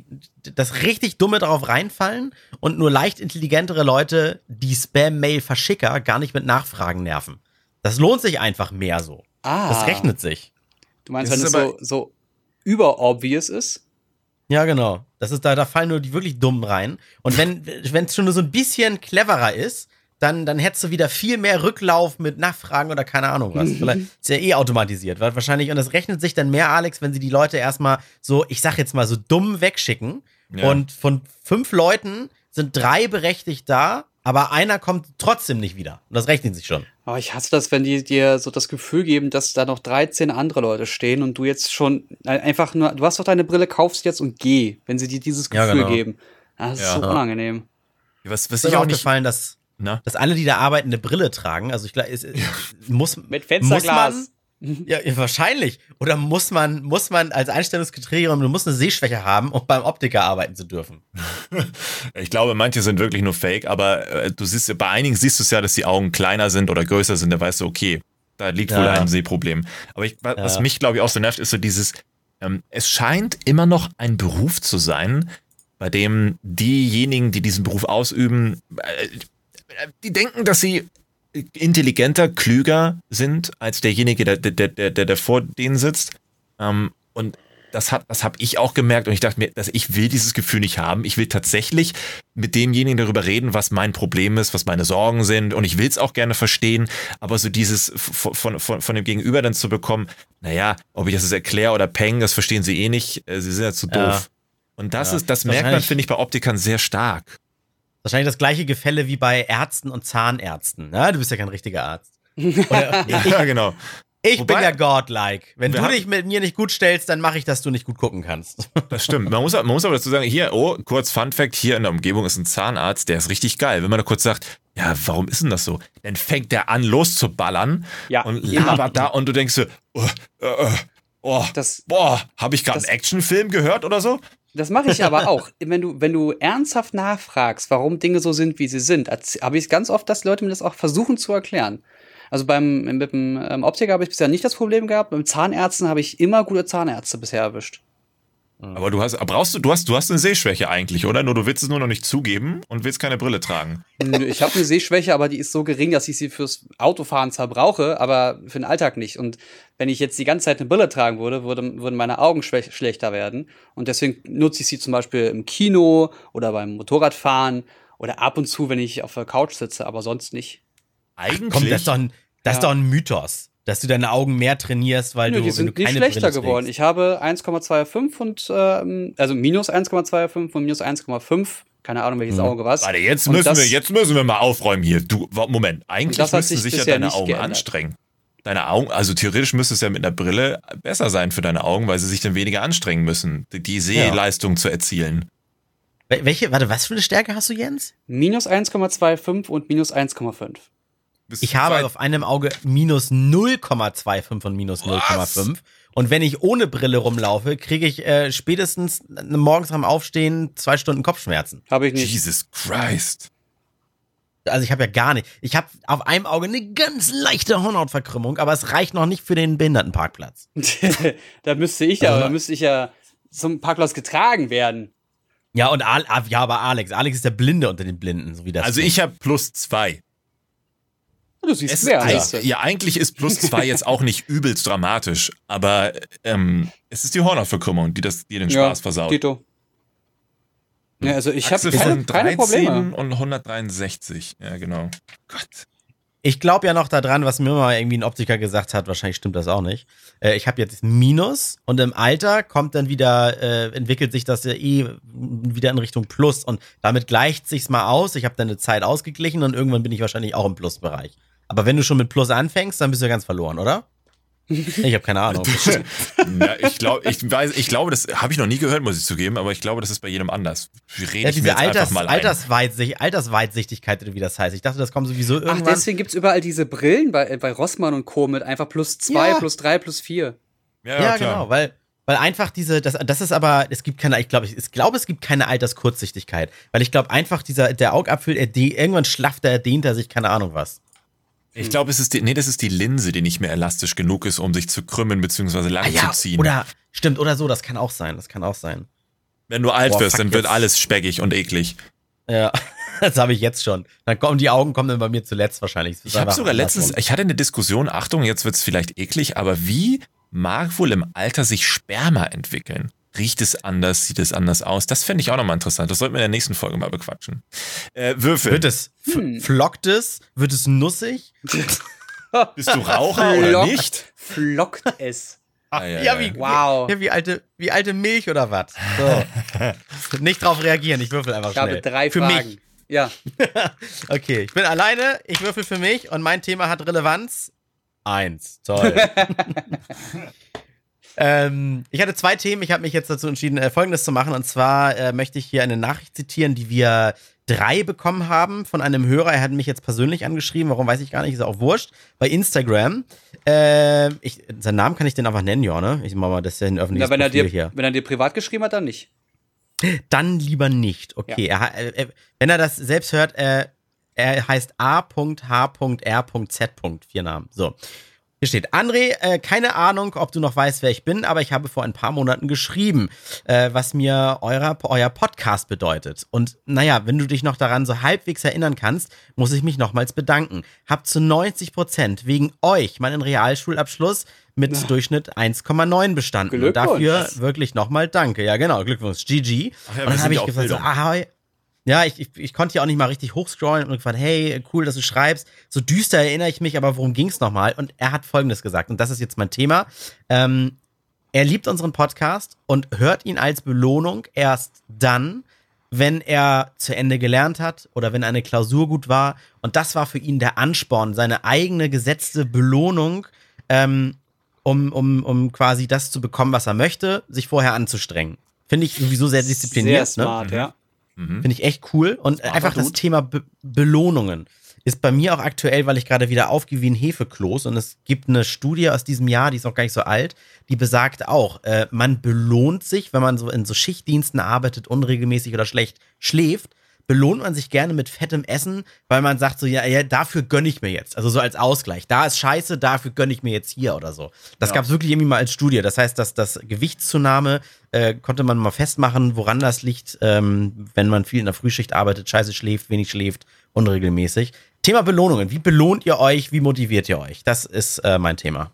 das richtig Dumme darauf reinfallen und nur leicht intelligentere Leute die Spam-Mail-Verschicker gar nicht mit Nachfragen nerven. Das lohnt sich einfach mehr so. Das rechnet sich. Du meinst, wenn es so überobvious ist? Ja, genau. Das ist da fallen nur die wirklich Dummen rein. Und wenn es schon nur so ein bisschen cleverer ist, dann hättest du wieder viel mehr Rücklauf mit Nachfragen oder keine Ahnung was. Vielleicht ist ja automatisiert, weil wahrscheinlich, und das rechnet sich dann mehr, Alex, wenn sie die Leute erstmal so, ich sag jetzt mal so dumm wegschicken und von 5 Leuten sind 3 berechtigt da, aber einer kommt trotzdem nicht wieder. Und das rechnet sich schon. Aber ich hasse das, wenn die dir so das Gefühl geben, dass da noch 13 andere Leute stehen und du jetzt schon einfach nur, du hast doch deine Brille, kaufst jetzt und geh, wenn sie dir dieses Gefühl geben. Das ist so unangenehm. Was ich auch gefallen, dass alle, die da arbeiten, eine Brille tragen. Also ich glaube, muss mit Fensterglas. Ja, wahrscheinlich. Oder muss man als Einstellungskriterium, du musst eine Sehschwäche haben, um beim Optiker arbeiten zu dürfen. Ich glaube, manche sind wirklich nur fake, aber du siehst, bei einigen siehst du es ja, dass die Augen kleiner sind oder größer sind, da weißt du, okay, da liegt wohl ein Sehproblem. Aber was mich, glaube ich, auch so nervt, ist so dieses, es scheint immer noch ein Beruf zu sein, bei dem diejenigen, die diesen Beruf ausüben, die denken, dass sie intelligenter, klüger sind als derjenige, der vor denen sitzt. Und das hab ich auch gemerkt und ich dachte mir, dass ich will dieses Gefühl nicht haben. Ich will tatsächlich mit demjenigen darüber reden, was mein Problem ist, was meine Sorgen sind und ich will es auch gerne verstehen, aber so dieses von dem Gegenüber dann zu bekommen, naja, ob ich das jetzt erkläre oder peng, das verstehen sie eh nicht, sie sind ja zu doof. Und das merkt man, finde ich, bei Optikern sehr stark. Wahrscheinlich das gleiche Gefälle wie bei Ärzten und Zahnärzten. Ja, du bist ja kein richtiger Arzt. Oder, ja, genau. Ich bin ja godlike. Wenn du dich mit mir nicht gut stellst, dann mache ich, dass du nicht gut gucken kannst. Das stimmt. Man muss aber dazu sagen, hier, kurz Fun Fact, hier in der Umgebung ist ein Zahnarzt, der ist richtig geil. Wenn man da kurz sagt, ja, warum ist denn das so? Dann fängt der an, loszuballern und labert da und du denkst so, habe ich gerade einen Actionfilm gehört oder so? Das mache ich aber auch. Wenn du ernsthaft nachfragst, warum Dinge so sind, wie sie sind, habe ich ganz oft, dass Leute mir das auch versuchen zu erklären. Also mit dem Optiker habe ich bisher nicht das Problem gehabt. Beim Zahnärzten habe ich immer gute Zahnärzte bisher erwischt. Aber du hast eine Sehschwäche eigentlich, oder? Nur du willst es nur noch nicht zugeben und willst keine Brille tragen. Ich habe eine Sehschwäche, aber die ist so gering, dass ich sie fürs Autofahren zwar brauche, aber für den Alltag nicht. Und wenn ich jetzt die ganze Zeit eine Brille tragen würde, würden meine Augen schlechter werden. Und deswegen nutze ich sie zum Beispiel im Kino oder beim Motorradfahren oder ab und zu, wenn ich auf der Couch sitze, aber sonst nicht. Eigentlich? Komm, das ist doch ein Mythos, dass du deine Augen mehr trainierst, weil die sind nicht schlechter geworden. Ich habe 1,25 und also minus 1,25 und minus 1,5. Keine Ahnung, welches Auge was. Warte, jetzt müssen wir mal aufräumen hier. Du, Moment, eigentlich müssten sich ja deine Augen anstrengen. Deine Augen, also theoretisch müsste es ja mit einer Brille besser sein für deine Augen, weil sie sich dann weniger anstrengen müssen, die Sehleistung zu erzielen. Was für eine Stärke hast du, Jens? Minus 1,25 und minus 1,5. Ich habe auf einem Auge minus 0,25 und minus 0,5. Und wenn ich ohne Brille rumlaufe, kriege ich spätestens morgens beim Aufstehen 2 Stunden Kopfschmerzen. Habe ich nicht. Jesus Christ. Also ich habe ja gar nicht. Ich habe auf einem Auge eine ganz leichte Hornhautverkrümmung, aber es reicht noch nicht für den Behindertenparkplatz. Da müsste ich ja zum Parkplatz getragen werden. Ja, aber Alex ist der Blinde unter den Blinden, so wie das. Also ich habe +2. Du siehst mehr. Ja, eigentlich ist +2 jetzt auch nicht übelst dramatisch, aber es ist die Hornhautverkrümmung, die den Spaß versaut. Tito. Ja, also ich habe keine Probleme. Und 163, ja genau. Gott. Ich glaube ja noch daran, was mir mal irgendwie ein Optiker gesagt hat, wahrscheinlich stimmt das auch nicht. Ich habe jetzt Minus und im Alter kommt dann wieder, entwickelt sich das ja wieder in Richtung Plus und damit gleicht sich's mal aus. Ich habe dann eine Zeit ausgeglichen und irgendwann bin ich wahrscheinlich auch im Plusbereich. Aber wenn du schon mit Plus anfängst, dann bist du ja ganz verloren, oder? Ich habe keine Ahnung. Ja, ich glaube, das habe ich noch nie gehört, muss ich zugeben, aber ich glaube, das ist bei jedem anders. Diese Altersweitsichtigkeit, oder wie das heißt. Ich dachte, das kommt sowieso irgendwann. Ach, deswegen gibt's überall diese Brillen bei Rossmann und Co. mit einfach +2, +3, +4. Ja, genau, weil einfach das ist aber, es gibt keine, ich glaube, es gibt keine Alterskurzsichtigkeit. Weil ich glaube einfach, der Augapfel, irgendwann schlafft dehnt er sich, keine Ahnung was. Ich glaube, das ist die Linse, die nicht mehr elastisch genug ist, um sich zu krümmen bzw. lang zu ziehen. Oder so, das kann auch sein. Wenn du alt wirst, dann wird alles speckig und eklig. Ja, das habe ich jetzt schon. Die Augen kommen dann bei mir zuletzt wahrscheinlich. Ich habe sogar letztens, ich hatte eine Diskussion, Achtung, jetzt wird es vielleicht eklig, aber wie mag wohl im Alter sich Sperma entwickeln? Riecht es anders? Sieht es anders aus? Das fände ich auch nochmal interessant. Das sollten wir in der nächsten Folge mal bequatschen. Würfel. Wird es flockt es? Wird es nussig? Bist du Raucher oder nicht? Flockt es. Wie alte Milch oder was? So. Nicht drauf reagieren, ich würfel einfach schnell. Ich habe 3 für Fragen. Mich. Ja. Okay, ich bin alleine, ich würfel für mich und mein Thema hat Relevanz. 1. Toll. Ich hatte 2 Themen. Ich habe mich jetzt dazu entschieden, Folgendes zu machen. Und zwar möchte ich hier eine Nachricht zitieren, die wir 3 bekommen haben von einem Hörer. Er hat mich jetzt persönlich angeschrieben. Warum, weiß ich gar nicht. Ist auch wurscht. Bei Instagram. Seinen Namen kann ich den einfach nennen, ja, ne? Ich mach mal, das ist ja ein öffentliches Profil hier. Wenn er dir privat geschrieben hat, dann nicht. Dann lieber nicht. Okay. Ja. Wenn er das selbst hört, er heißt A.H.R.Z. 4 Namen. So. Hier steht, André, keine Ahnung, ob du noch weißt, wer ich bin, aber ich habe vor ein paar Monaten geschrieben, was mir euer Podcast bedeutet. Und naja, wenn du dich noch daran so halbwegs erinnern kannst, muss ich mich nochmals bedanken. Hab zu 90% wegen euch meinen Realschulabschluss mit Durchschnitt 1,9 bestanden. Und dafür wirklich nochmal danke. Ja, genau, Glückwunsch, GG. Ach ja, und dann habe ich gefragt, ja, ich konnte ja auch nicht mal richtig hochscrollen und gefragt, hey, cool, dass du schreibst. So düster erinnere ich mich, aber worum ging's nochmal? Und er hat Folgendes gesagt, und das ist jetzt mein Thema. Er liebt unseren Podcast und hört ihn als Belohnung erst dann, wenn er zu Ende gelernt hat oder wenn eine Klausur gut war. Und das war für ihn der Ansporn, seine eigene gesetzte Belohnung, um quasi das zu bekommen, was er möchte, sich vorher anzustrengen. Finde ich sowieso sehr diszipliniert. Sehr smart, ne? ja. Finde ich echt cool. Und Smarter einfach das Dude. Thema Belohnungen ist bei mir auch aktuell, weil ich gerade wieder aufgehe wie ein Hefekloß. Und es gibt eine Studie aus diesem Jahr, die ist noch gar nicht so alt, die besagt auch, man belohnt sich, wenn man so in so Schichtdiensten arbeitet, unregelmäßig oder schlecht schläft, belohnt man sich gerne mit fettem Essen, weil man sagt so, ja, dafür gönne ich mir jetzt. Also so als Ausgleich. Da ist scheiße, dafür gönne ich mir jetzt hier oder so. Das gab es wirklich irgendwie mal als Studie. Das heißt, dass das Gewichtszunahme konnte man mal festmachen, woran das liegt, wenn man viel in der Frühschicht arbeitet, scheiße schläft, wenig schläft, unregelmäßig. Thema Belohnungen. Wie belohnt ihr euch? Wie motiviert ihr euch? Das ist mein Thema.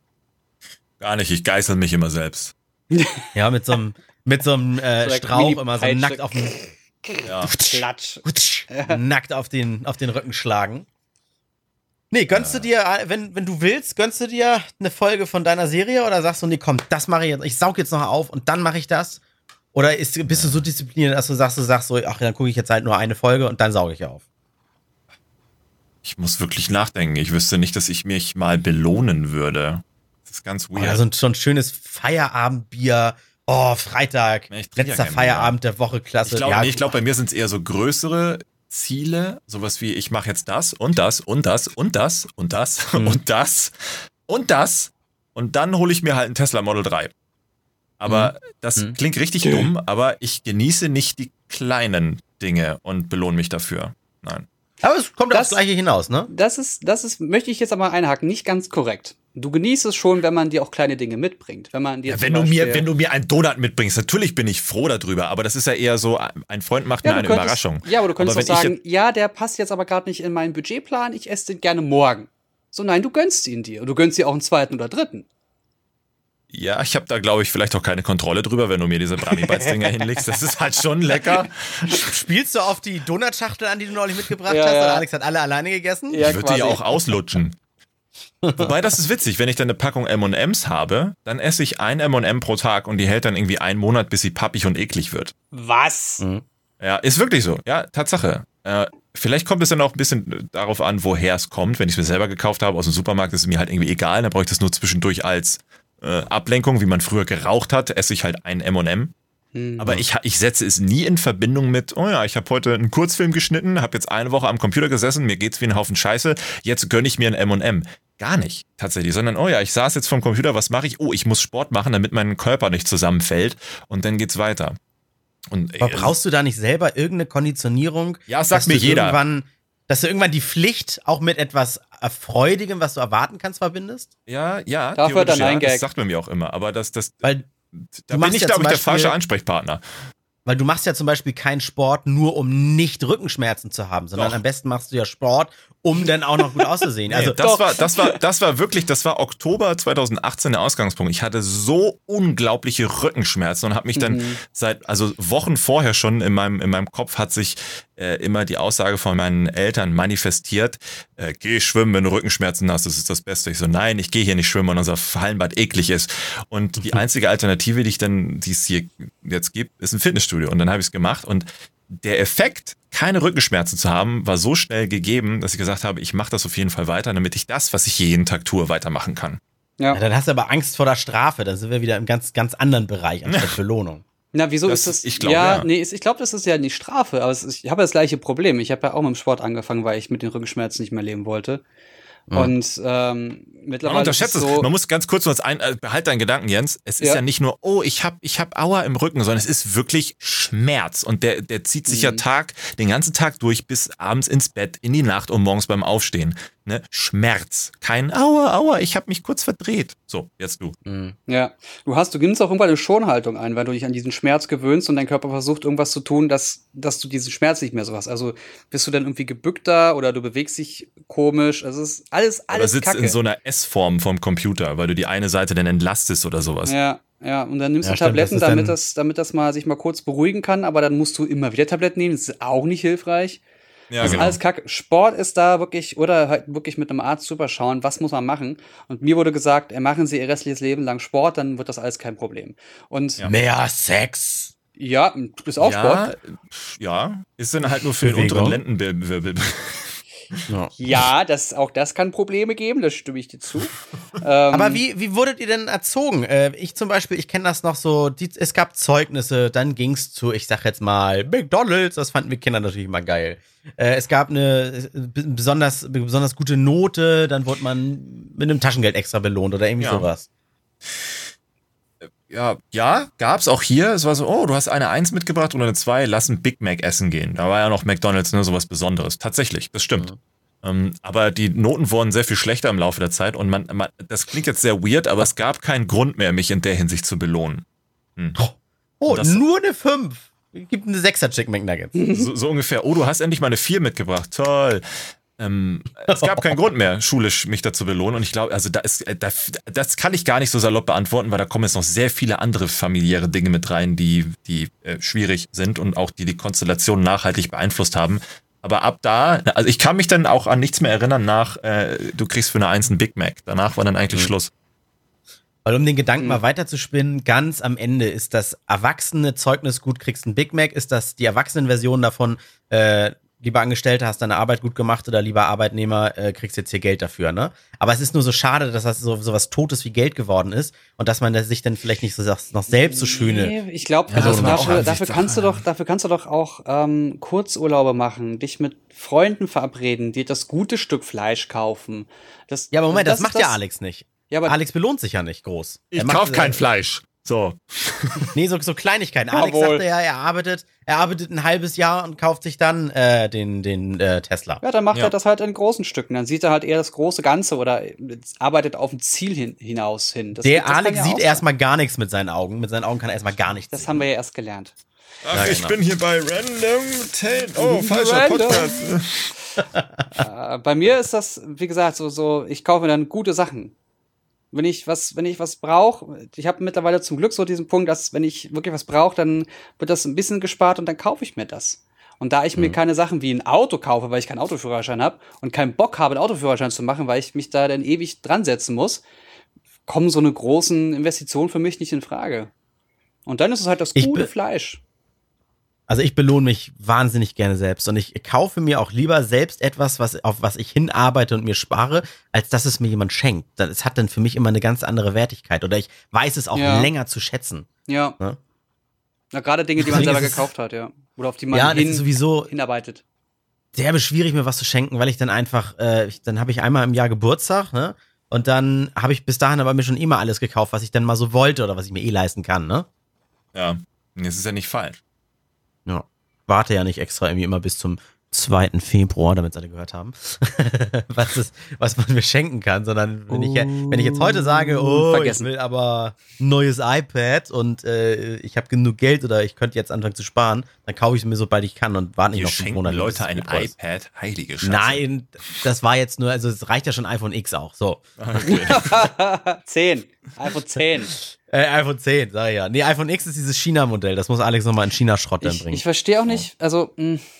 Gar nicht, ich geißel mich immer selbst. Ja, mit so einem Strauch immer so nackt auf dem Ja. Klatsch. nackt auf den Rücken schlagen. Nee, gönnst du dir, wenn du willst, gönnst du dir eine Folge von deiner Serie oder sagst du, nee, komm, das mache ich jetzt, ich saug jetzt noch auf und dann mache ich das? Oder bist du so diszipliniert, dass du sagst so, ach, dann gucke ich jetzt halt nur eine Folge und dann sauge ich auf? Ich muss wirklich nachdenken. Ich wüsste nicht, dass ich mich mal belohnen würde. Das ist ganz weird. Oder so ein schönes Feierabendbier. Oh, Freitag, Ja, ich trinke ja letzter kein Feierabend der Woche, klasse. Ich glaube, bei mir sind es eher so größere Ziele, sowas wie, ich mache jetzt das und das und das und das und das und das und das und dann hole ich mir halt einen Tesla Model 3. Aber das klingt richtig dumm, aber ich genieße nicht die kleinen Dinge und belohne mich dafür. Nein. Aber es kommt aufs Gleiche hinaus, ne? Das ist, möchte ich jetzt aber einhaken, nicht ganz korrekt. Du genießt es schon, wenn man dir auch kleine Dinge mitbringt. Wenn man dir Ja, wenn du mir einen Donut mitbringst, natürlich bin ich froh darüber, aber das ist ja eher so, ein Freund macht mir eine Überraschung. Ja, aber du könntest aber auch sagen, ja, der passt jetzt aber gerade nicht in meinen Budgetplan, ich esse den gerne morgen. So, nein, du gönnst ihn dir. Und du gönnst dir auch einen zweiten oder dritten. Ja, ich habe da, glaube ich, vielleicht auch keine Kontrolle drüber, wenn du mir diese Brami-Bites-Dinger hinlegst. Das ist halt schon lecker. Spielst du auf die Donutschachtel an, die du neulich mitgebracht Ja, hast? ja. Oder Alex hat alle alleine gegessen? Ja, Ich würde die ja auch auslutschen. Wobei, das ist witzig, wenn ich dann eine Packung M&M's habe, dann esse ich ein M&M pro Tag und die hält dann irgendwie einen Monat, bis sie pappig und eklig wird. Was? Ja, ist wirklich so. Ja, Tatsache. Vielleicht kommt es dann auch ein bisschen darauf an, woher es kommt. Wenn ich es mir selber gekauft habe aus dem Supermarkt, ist es mir halt irgendwie egal. Dann brauche ich das nur zwischendurch als Ablenkung, wie man früher geraucht hat, esse ich halt ein M&M. Aber ich setze es nie in Verbindung mit, oh ja, ich habe heute einen Kurzfilm geschnitten, habe jetzt eine Woche am Computer gesessen, mir geht's wie ein Haufen Scheiße, jetzt gönne ich mir ein M&M. Gar nicht, tatsächlich, sondern, oh ja, ich saß jetzt vom Computer, was mache ich? Oh, ich muss Sport machen, damit mein Körper nicht zusammenfällt und dann geht's weiter. Und, Aber brauchst du da nicht selber irgendeine Konditionierung? Ja, das sagt mir jeder. Dass du irgendwann die Pflicht auch mit etwas Erfreudigem, was du erwarten kannst, verbindest? Ja, Dafür dann ein das Gag. sagt man mir auch immer, aber Weil da bin ich, glaube ich, der falsche Ansprechpartner. Weil du machst ja zum Beispiel keinen Sport nur, um nicht Rückenschmerzen zu haben, sondern Doch. am besten machst du ja Sport, um dann auch noch gut auszusehen. Nee, Also das war Oktober 2018 der Ausgangspunkt. Ich hatte so unglaubliche Rückenschmerzen und habe mich dann also Wochen vorher schon in meinem Kopf hat sich immer die Aussage von meinen Eltern manifestiert, geh schwimmen, wenn du Rückenschmerzen hast, das ist das Beste. Ich so, nein, ich gehe hier nicht schwimmen, weil unser Hallenbad eklig ist. Und die einzige Alternative, die es hier jetzt gibt, ist ein Fitnessstudio. Und dann habe ich es gemacht und der Effekt, keine Rückenschmerzen zu haben, war so schnell gegeben, dass ich gesagt habe, ich mache das auf jeden Fall weiter, damit ich das, was ich jeden Tag tue, weitermachen kann. Ja. ja, dann hast du aber Angst vor der Strafe, dann sind wir wieder im ganz, ganz anderen Bereich anstatt Belohnung. Na, wieso Das- ist das? ich glaub, ja. Nee, ich glaube, das ist ja nicht Strafe, aber ich habe das gleiche Problem. Ich habe ja auch mit dem Sport angefangen, weil ich mit den Rückenschmerzen nicht mehr leben wollte. Und mittlerweile Man unterschätzt ist es. so, Man muss ganz kurz behalt deinen Gedanken, Jens. Es ist ja nicht nur, oh, ich hab Aua im Rücken, sondern es ist wirklich Schmerz. Und der zieht sich ja den ganzen Tag durch bis abends ins Bett, in die Nacht und morgens beim Aufstehen. Ne? Schmerz. Kein Aua, ich habe mich kurz verdreht. So, jetzt du. ja, du nimmst auch irgendwann eine Schonhaltung ein, weil du dich an diesen Schmerz gewöhnst und dein Körper versucht, irgendwas zu tun, dass du diesen Schmerz nicht mehr so hast. Also bist du dann irgendwie gebückter oder du bewegst dich komisch. Also es ist alles Oder sitzt Kacke. in so einer S-Form vom Computer, weil du die eine Seite dann entlastest oder sowas. Ja, und dann nimmst Ja, du stimmt, Tabletten, das ist damit das mal sich mal kurz beruhigen kann, aber dann musst du immer wieder Tabletten nehmen, das ist auch nicht hilfreich. Ja, Das ist genau. alles Kacke. Sport ist da wirklich, oder halt wirklich mit einem Arzt drüber schauen, was muss man machen. Und mir wurde gesagt, machen Sie Ihr restliches Leben lang Sport, dann wird das alles kein Problem. Und Mehr Sex. ist auch Sport. Ja, ist dann halt nur für den Bewegung. unteren Lendenwirbel. Ja, auch das kann Probleme geben, das stimme ich dir zu. Aber wie wurdet ihr denn erzogen? Ich zum Beispiel, ich kenne das noch so, es gab Zeugnisse, dann ging es zu, ich sag jetzt mal, McDonald's, das fanden wir Kinder natürlich immer geil. Es gab eine besonders gute Note, dann wurde man mit einem Taschengeld extra belohnt oder irgendwie sowas. Ja, gab's auch hier. Es war so, oh, du hast eine 1 mitgebracht und eine 2, lass ein Big Mac essen gehen. Da war ja noch McDonald's, ne, sowas Besonderes. Tatsächlich, das stimmt. Aber die Noten wurden sehr viel schlechter im Laufe der Zeit und das klingt jetzt sehr weird, aber es gab keinen Grund mehr, mich in der Hinsicht zu belohnen. Oh, nur eine 5. Gibt eine 6er Chicken McNuggets. So ungefähr. Oh, du hast endlich mal eine 4 mitgebracht. Toll. Es gab keinen Grund mehr, schulisch mich dazu belohnen. Und ich glaube, also das kann ich gar nicht so salopp beantworten, weil da kommen jetzt noch sehr viele andere familiäre Dinge mit rein, die schwierig sind und auch die Konstellation nachhaltig beeinflusst haben. Aber ab da, also ich kann mich dann auch an nichts mehr erinnern du kriegst für eine 1 einen Big Mac. Danach war dann eigentlich Schluss. Weil um den Gedanken mal weiterzuspinnen, ganz am Ende ist das erwachsene Zeugnis gut, kriegst ein Big Mac, ist das die Erwachsenenversion davon, lieber Angestellter, hast deine Arbeit gut gemacht oder lieber Arbeitnehmer, kriegst jetzt hier Geld dafür, ne? Aber es ist nur so schade, dass das so was Totes wie Geld geworden ist und dass man sich dann vielleicht nicht so noch selbst so schöne. Ich glaube, dafür kannst du doch auch Kurzurlaube machen, dich mit Freunden verabreden, dir das gute Stück Fleisch kaufen. Das macht ja Alex nicht. Ja, aber Alex belohnt sich ja nicht groß. Ich kauf kein Fleisch. So. Nee, so Kleinigkeiten. Alex sagte ja, er arbeitet ein halbes Jahr und kauft sich dann den Tesla. Ja, dann macht er das halt in großen Stücken. Dann sieht er halt eher das große Ganze oder arbeitet auf ein Ziel hinaus hin. Der Alex sieht erstmal gar nichts mit seinen Augen. Mit seinen Augen kann er erstmal gar nichts sehen. Das haben wir ja erst gelernt. Ach, ja, genau. Ich bin hier bei Random 10. Oh, falscher Podcast. Bei mir ist das, wie gesagt, so ich kaufe mir dann gute Sachen. Wenn ich was brauche, ich habe mittlerweile zum Glück so diesen Punkt, dass wenn ich wirklich was brauche, dann wird das ein bisschen gespart und dann kaufe ich mir das. Und da ich mir keine Sachen wie ein Auto kaufe, weil ich keinen Autoführerschein habe und keinen Bock habe, einen Autoführerschein zu machen, weil ich mich da dann ewig dran setzen muss, kommen so eine großen Investitionen für mich nicht in Frage. Und dann ist es halt das gute Fleisch. Also ich belohne mich wahnsinnig gerne selbst und ich kaufe mir auch lieber selbst etwas, auf was ich hinarbeite und mir spare, als dass es mir jemand schenkt. Es hat dann für mich immer eine ganz andere Wertigkeit oder ich weiß es auch länger zu schätzen. Ja. Ne? Na, gerade Dinge, die man selber gekauft hat, ja. Oder auf die man hinarbeitet. Derbe schwierig, mir was zu schenken, weil ich dann einfach, dann habe ich einmal im Jahr Geburtstag, ne? Und dann habe ich bis dahin aber mir schon immer alles gekauft, was ich dann mal so wollte oder was ich mir leisten kann, ne? Ja, das ist ja nicht falsch. Ja, warte ja nicht extra irgendwie immer bis zum 2. Februar, damit es alle gehört haben, was man mir schenken kann, sondern wenn ich jetzt heute sage, ich will aber ein neues iPad und ich habe genug Geld oder ich könnte jetzt anfangen zu sparen, dann kaufe ich es mir, sobald ich kann und warte nicht noch 5 Monate. Leute ein iPad, heilige Scheiße. Nein, das war jetzt nur, also es reicht ja schon iPhone X auch, so. Okay. 10, iPhone 10. iPhone 10, sag ich ja. Nee, iPhone X ist dieses China-Modell. Das muss Alex nochmal in China-Schrott dann bringen. Ich verstehe auch nicht, also,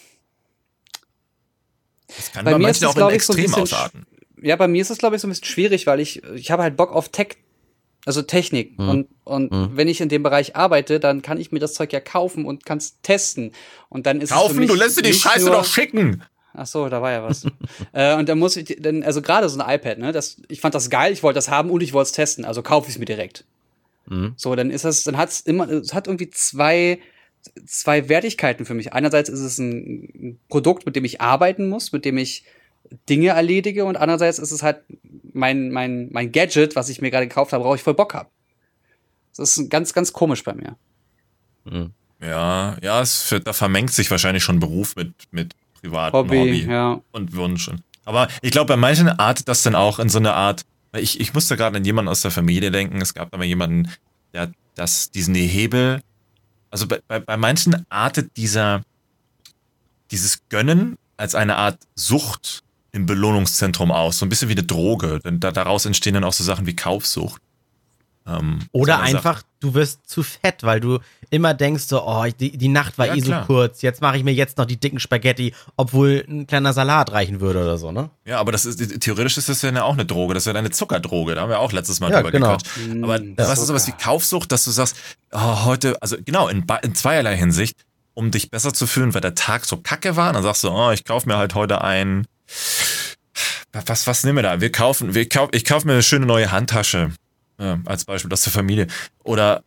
das kann bei mir ist auch in Extrem ausarten. Ja, bei mir ist es, glaube ich, so ein bisschen schwierig, weil ich habe halt Bock auf Technik. Und wenn ich in dem Bereich arbeite, dann kann ich mir das Zeug ja kaufen und kann es testen. Und dann ist es für mich du lässt dir die Scheiße doch schicken. Ach so, da war ja was. Und dann muss ich, also gerade so ein iPad, ne, ich fand das geil, ich wollte das haben und ich wollte es testen, also kaufe ich es mir direkt. So, dann hat irgendwie zwei Wertigkeiten für mich. Einerseits ist es ein Produkt, mit dem ich arbeiten muss, mit dem ich Dinge erledige und andererseits ist es halt mein Gadget, was ich mir gerade gekauft habe, worauf ich voll Bock habe. Das ist ganz, ganz komisch bei mir. Ja, da vermengt sich wahrscheinlich schon Beruf mit privatem Hobby und Wunsch. Aber ich glaube, bei manchen artet das dann auch in so eine Art. Ich musste gerade an jemanden aus der Familie denken. Es gab aber jemanden, der diesen Hebel. Also bei manchen artet dieses Gönnen als eine Art Sucht im Belohnungszentrum aus. So ein bisschen wie eine Droge. Denn daraus entstehen dann auch so Sachen wie Kaufsucht. Oder einfach, du wirst zu fett, weil du immer denkst so, die Nacht war so kurz, jetzt mache ich mir jetzt noch die dicken Spaghetti, obwohl ein kleiner Salat reichen würde oder so, ne? Ja, aber theoretisch ist das ja auch eine Droge, das ist ja eine Zuckerdroge, da haben wir auch letztes Mal drüber gequatscht. Aber was ist sowas wie Kaufsucht, dass du sagst, heute, also genau, in zweierlei Hinsicht, um dich besser zu fühlen, weil der Tag so kacke war, dann sagst du, ich kaufe mir halt heute ein Was nehmen wir da? Ich kaufe mir eine schöne neue Handtasche. Als Beispiel, das für Familie. Oder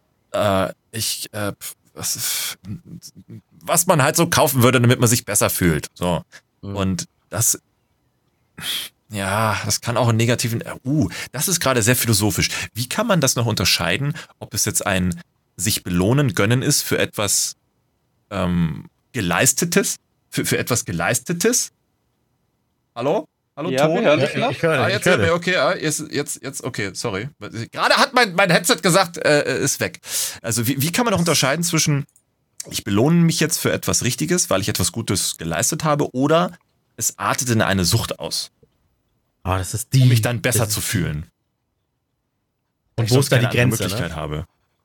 was man halt so kaufen würde, damit man sich besser fühlt. So. Und das kann auch einen negativen, das ist gerade sehr philosophisch. Wie kann man das noch unterscheiden, ob es jetzt ein sich belohnen, gönnen ist für etwas Geleistetes? Für etwas Geleistetes? Hallo? Hallo, Ja, Ton? wir hören dich noch. Ich höre Jetzt hört mir, okay, jetzt, okay, sorry. Gerade hat mein Headset gesagt, ist weg. Also wie kann man noch unterscheiden zwischen, ich belohne mich jetzt für etwas Richtiges, weil ich etwas Gutes geleistet habe, oder es artet in eine Sucht aus, Das ist um mich dann besser zu fühlen. Und wo ist da die Grenze? Möglichkeit habe.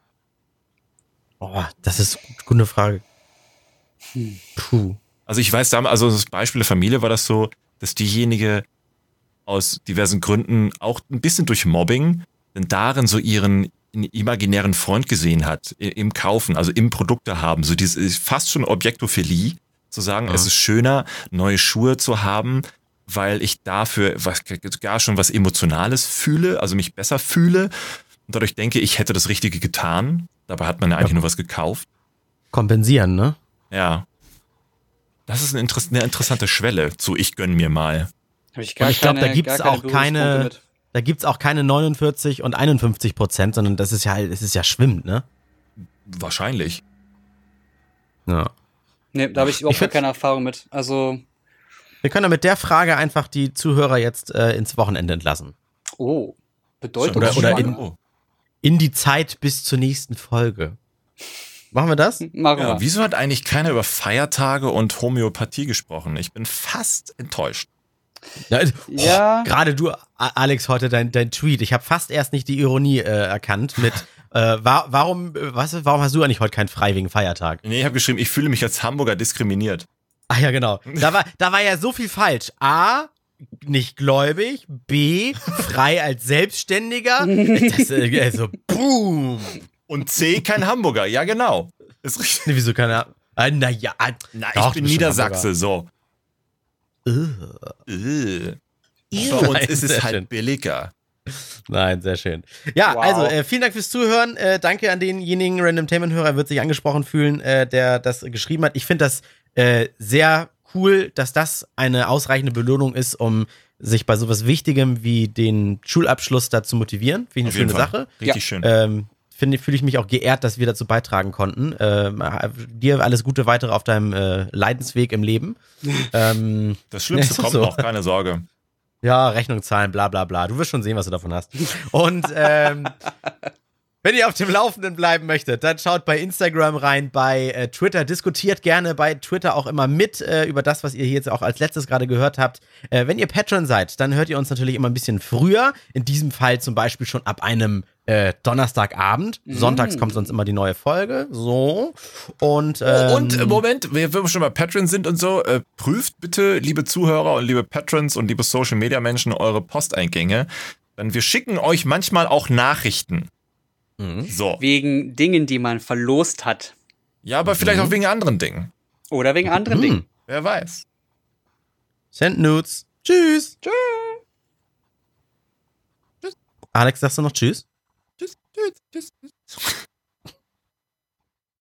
Das ist eine gute Frage. Puh. Also ich weiß, also das Beispiel der Familie war das so, dass diejenige aus diversen Gründen auch ein bisschen durch Mobbing denn darin so ihren imaginären Freund gesehen hat, im Kaufen, also im Produkte haben, so dieses fast schon Objektophilie, zu sagen, es ist schöner, neue Schuhe zu haben, weil ich dafür gar schon was Emotionales fühle, also mich besser fühle und dadurch denke, ich hätte das Richtige getan, dabei hat man ja eigentlich nur was gekauft. Kompensieren, ne? Ja. Das ist eine interessante Schwelle zu ich gönn mir mal. Hab ich Und ich glaube, da gibt's auch Berührungspunkte mit. da gibt's auch keine 49 und 51%, sondern das ist ja halt, es ist ja schwimmend, ne? Wahrscheinlich. Ja. Nee, da habe ich überhaupt gar keine Erfahrung mit. Also. Wir können mit der Frage einfach die Zuhörer jetzt ins Wochenende entlassen. Oh. Bedeutet Oder in die Zeit bis zur nächsten Folge. Machen wir das? Machen wir. Ja, wieso hat eigentlich keiner über Feiertage und Homöopathie gesprochen? Ich bin fast enttäuscht. Ja. Gerade du, Alex, heute dein Tweet. Ich habe fast erst nicht die Ironie erkannt mit warum hast du eigentlich heute keinen frei wegen Feiertag? Nee, ich habe geschrieben, ich fühle mich als Hamburger diskriminiert. Ach ja, genau. Da war ja so viel falsch. A, nicht gläubig. B, frei als Selbstständiger. Also, boom. Und C, kein Hamburger. Ja, genau. Ist richtig. Nee, wieso keine naja. Ich bin Niedersachse, so. Bei uns ist es halt billiger. Nein, sehr schön. Ja, Wow. also vielen Dank fürs Zuhören. Danke an denjenigen Randomtainment-Hörer, wird sich angesprochen fühlen, der das geschrieben hat. Ich finde das sehr cool, dass das eine ausreichende Belohnung ist, um sich bei sowas Wichtigem wie den Schulabschluss da zu motivieren. Finde ich eine schöne Sache. Richtig schön. Fühle ich mich auch geehrt, dass wir dazu beitragen konnten. Dir alles Gute weitere auf deinem Leidensweg im Leben. Das Schlimmste kommt noch, keine Sorge. Ja, Rechnung zahlen, bla bla bla. Du wirst schon sehen, was du davon hast. Und wenn ihr auf dem Laufenden bleiben möchtet, dann schaut bei Instagram rein, bei Twitter, diskutiert gerne bei Twitter auch immer mit über das, was ihr hier jetzt auch als letztes gerade gehört habt. Wenn ihr Patreon seid, dann hört ihr uns natürlich immer ein bisschen früher. In diesem Fall zum Beispiel schon ab einem Donnerstagabend. Sonntags kommt sonst immer die neue Folge. So. Und Moment, wir schon bei Patreon sind und so, prüft bitte, liebe Zuhörer und liebe Patrons und liebe Social-Media-Menschen, eure Posteingänge. Denn wir schicken euch manchmal auch Nachrichten. So. Wegen Dingen, die man verlost hat. Ja, aber vielleicht auch wegen anderen Dingen. Oder wegen anderen Dingen. Wer weiß. Send Nudes. Tschüss. Tschüss. Alex, sagst du noch Tschüss? Tschüss.